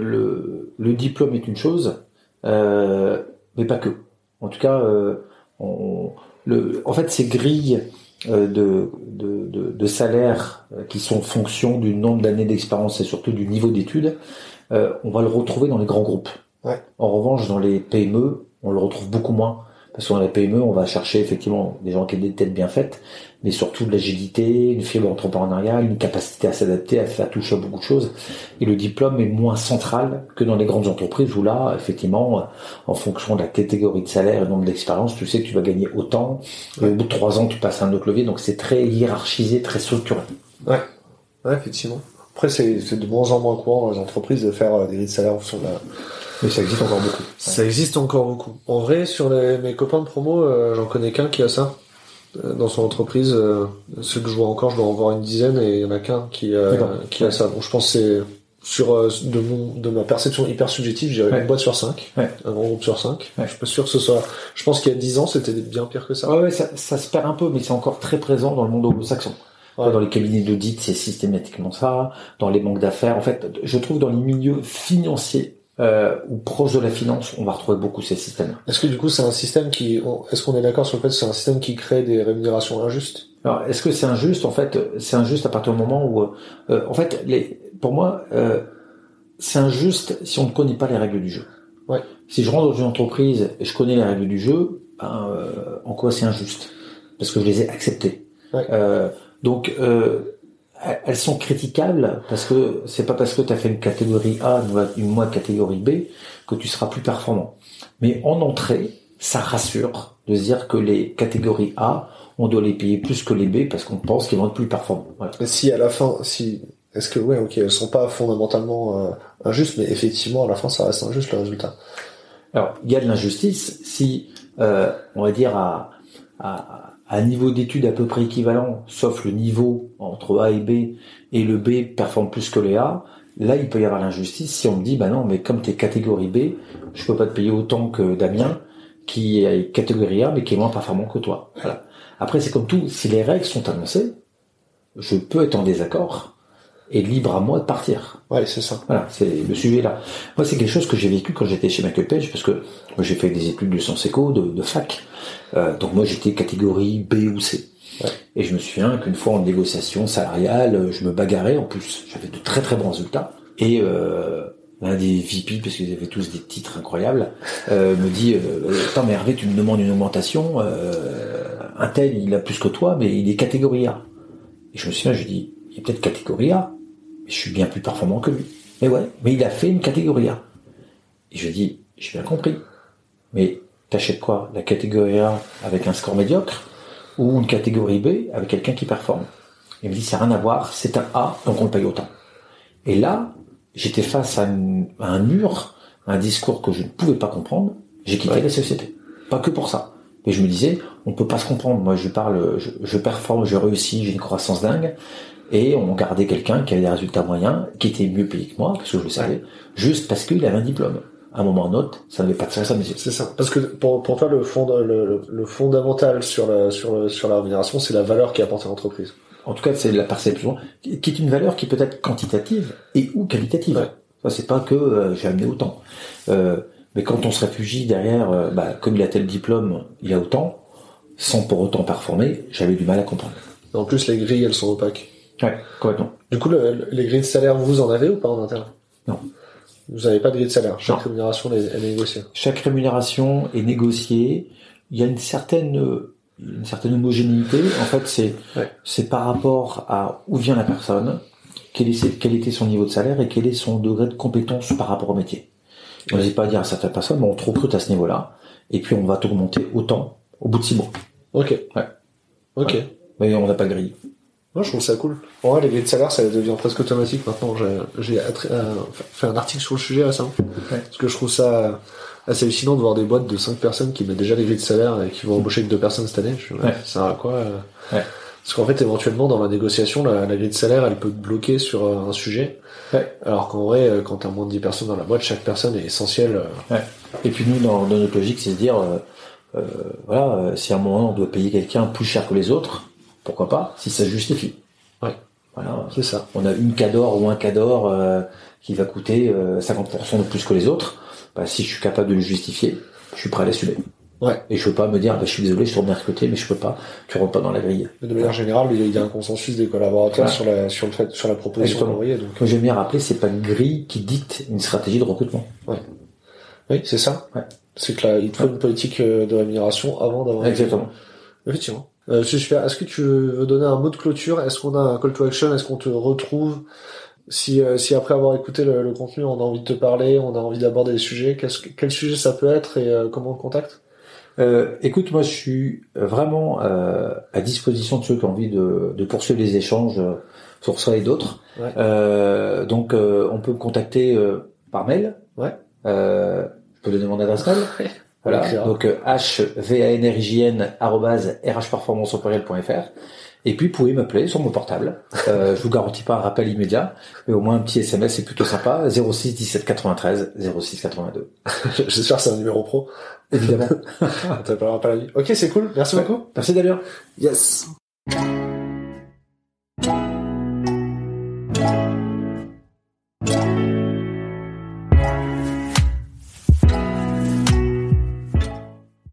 le, le diplôme est une chose, euh, mais pas que. En tout cas, euh, on, le, en fait, ces grilles euh, de, de, de, de salaire qui sont en fonction du nombre d'années d'expérience et surtout du niveau d'études, euh, on va le retrouver dans les grands groupes. Ouais. En revanche, dans les P M E, on le retrouve beaucoup moins. Parce que dans les P M E, on va chercher effectivement des gens qui aient des têtes bien faites, mais surtout de l'agilité, une fibre entrepreneuriale, une capacité à s'adapter, à faire toucher à beaucoup de choses. Et le diplôme est moins central que dans les grandes entreprises où là, effectivement, en fonction de la catégorie de salaire et du nombre d'expériences, tu sais que tu vas gagner autant. Et au bout de trois ans, tu passes à un autre levier. Donc c'est très hiérarchisé, très structuré. Ouais, ouais, effectivement. Après, c'est, c'est de moins en moins courant dans les entreprises de faire des grilles de salaire sur la... Mais ça existe encore beaucoup. Ça ouais. existe encore beaucoup. En vrai, sur les, mes copains de promo, euh, j'en connais qu'un qui a ça. Euh, dans son entreprise, euh, ceux que je vois encore, je dois en voir une dizaine et il y en a qu'un qui, euh, qui a ça. Donc je pense que c'est sur euh, de mon de ma perception hyper subjective, je dirais ouais. une boîte sur cinq, ouais. un grand groupe sur cinq. Ouais. Je suis pas sûr que ce soit. Je pense qu'il y a dix ans, c'était bien pire que ça. Ouais, ouais, ça, ça se perd un peu, mais c'est encore très présent dans le monde anglo-saxon. Ouais. Dans les cabinets d'audit, c'est systématiquement ça. Dans les banques d'affaires, en fait, je trouve dans les milieux financiers euh, ou proches de la finance, on va retrouver beaucoup ces systèmes. Est-ce que du coup, c'est un système qui, est-ce qu'on est d'accord sur le fait que c'est un système qui crée des rémunérations injustes? Alors, est-ce que c'est injuste? En fait, c'est injuste à partir du moment où, euh, en fait, les, pour moi, euh, c'est injuste si on ne connaît pas les règles du jeu. Ouais. Si je rentre dans une entreprise et je connais les règles du jeu, ben, euh, en quoi c'est injuste? Parce que je les ai acceptées. Ouais. Euh, donc, euh, elles sont critiquables parce que c'est pas parce que tu as fait une catégorie A, une moins catégorie B, que tu seras plus performant. Mais en entrée, ça rassure de se dire que les catégories A, on doit les payer plus que les B parce qu'on pense qu'ils vont être plus performants. Voilà. Et si à la fin, si est-ce que ouais, ok, elles sont pas fondamentalement euh, injustes, mais effectivement à la fin, ça reste injuste le résultat. Alors, il y a de l'injustice si, euh, on va dire à, à à un niveau d'études à peu près équivalent, sauf le niveau entre A et B, et le B performe plus que les A, là, il peut y avoir l'injustice si on me dit, bah non, mais comme t'es catégorie B, je peux pas te payer autant que Damien, qui est catégorie A, mais qui est moins performant que toi. Voilà. Après, c'est comme tout, si les règles sont annoncées, je peux être en désaccord, et libre à moi de partir. Ouais, c'est ça. Voilà, c'est le sujet là. Moi, c'est quelque chose que j'ai vécu quand j'étais chez Michael Page, parce que moi, j'ai fait des études de sciences éco, de, de fac. Euh, donc moi, j'étais catégorie B ou C. Ouais. Et je me souviens qu'une fois en négociation salariale, je me bagarrais. En plus, j'avais de très très bons résultats. Et euh, l'un des V P, parce qu'ils avaient tous des titres incroyables, euh, me dit euh, « Attends, mais Hervé, tu me demandes une augmentation. Euh, un tel, il a plus que toi, mais il est catégorie A. » Et je me souviens, je dis « Il est peut-être catégorie A. » Je suis bien plus performant que lui. Mais ouais, mais il a fait une catégorie A. Et je dis, j'ai bien compris. Mais t'achètes quoi? La catégorie A avec un score médiocre ou une catégorie B avec quelqu'un qui performe? Il me dit, ça n'a rien à voir, c'est un A, donc on le paye autant. Et là, j'étais face à, une, à un mur, un discours que je ne pouvais pas comprendre. J'ai quitté ouais. la société. Pas que pour ça. Mais je me disais, on peut pas se comprendre. Moi, je parle, je, je performe, je réussis, j'ai une croissance dingue. Et on gardait quelqu'un qui avait des résultats moyens, qui était mieux payé que moi, parce que je le savais, ouais. juste parce qu'il avait un diplôme. À un moment ou un autre, ça n'avait pas de sens à mes yeux. C'est ça. Parce que pour, pour toi, le, fond, le, le, le fondamental sur la, sur, le, sur la rémunération, c'est la valeur qui est apportée à l'entreprise. En tout cas, c'est la perception, qui est une valeur qui peut être quantitative et ou qualitative. Ouais. Ça, c'est pas que euh, j'ai amené autant. Euh, mais quand on se réfugie derrière, euh, bah, comme il a tel diplôme, il y a autant, sans pour autant performer, j'avais du mal à comprendre. En plus, les grilles, elles sont opaques. Ouais, complètement. Du coup, le, les grilles de salaire, vous en avez ou pas en interne? Non. Vous n'avez pas de grille de salaire. Chaque non. rémunération est, est négociée. Chaque rémunération est négociée. Il y a une certaine, une certaine homogénéité. En fait, c'est, ouais. c'est par rapport à où vient la personne, quel, est, quel était son niveau de salaire et quel est son degré de compétence par rapport au métier. On n'hésite pas à dire à certaines personnes, mais on te recrute à ce niveau-là. Et puis, on va t'augmenter autant au bout de six mois. Ok. Ouais. Ok. Ouais. Mais on n'a pas de grille. Moi, je trouve ça cool. En vrai, les grilles de salaire, ça devient presque automatique maintenant. J'ai, j'ai attri- euh, fait un article sur le sujet récemment. Ouais. Parce que je trouve ça assez hallucinant de voir des boîtes de cinq personnes qui mettent déjà les grilles de salaire et qui vont embaucher que deux personnes cette année. Je me dis, ouais. Ça sert à quoi euh... ouais. Parce qu'en fait, éventuellement, dans la négociation, la, la grille de salaire, elle peut te bloquer sur un sujet. Ouais. Alors qu'en vrai, quand t'as moins de dix personnes dans la boîte, chaque personne est essentielle. Ouais. Et puis nous, dans, dans notre logique, c'est de dire, euh, euh, voilà, euh, si à un moment on doit payer quelqu'un plus cher que les autres, pourquoi pas, si ça se justifie. Ouais. Voilà. C'est ça. On a une cador ou un cador euh, qui va coûter euh, cinquante pour cent de plus que les autres. Bah, si je suis capable de le justifier, je suis prêt à l'assumer. Ouais. Et je veux pas me dire, bah, je suis désolé, je tourne bien recruté, mais je peux pas, tu rentres pas dans la grille. De manière générale, il y a un consensus des collaborateurs voilà. sur la, sur le fait, sur la proposition d'envoyer. Donc. Comme j'aime bien rappeler, c'est pas une grille qui dicte une stratégie de recrutement. Ouais. Oui, c'est ça. Ouais. C'est que là, il te faut ouais. une politique de rémunération avant d'avoir. Exactement. Une... Effectivement. Euh, c'est super. Est-ce que tu veux donner un mot de clôture? Est-ce qu'on a un call to action? Est-ce qu'on te retrouve? Si, euh, si après avoir écouté le, le contenu, on a envie de te parler, on a envie d'aborder des sujets, qu'est-ce que, quel sujet ça peut être et euh, comment on te contacte? Euh, écoute, moi, je suis vraiment euh, à disposition de ceux qui ont envie de, de poursuivre les échanges sur ça et d'autres. Ouais. Euh, donc, euh, on peut me contacter euh, par mail. Ouais. Euh, je peux donner mon adresse mail. Ouais. Voilà. Ouais, donc, euh, h v a n r j n arobase r h performance au pluriel point f r. Et puis, vous pouvez m'appeler sur mon portable. Euh, je vous garantis pas un rappel immédiat, mais au moins un petit S M S, c'est plutôt sympa. zéro six dix-sept quatre-vingt-treize zéro six quatre-vingt-deux. J'espère que c'est un numéro pro. Évidemment. T'as pas le rappel à lui. Ok, c'est cool. Merci ouais. beaucoup. Merci d'ailleurs. Yes.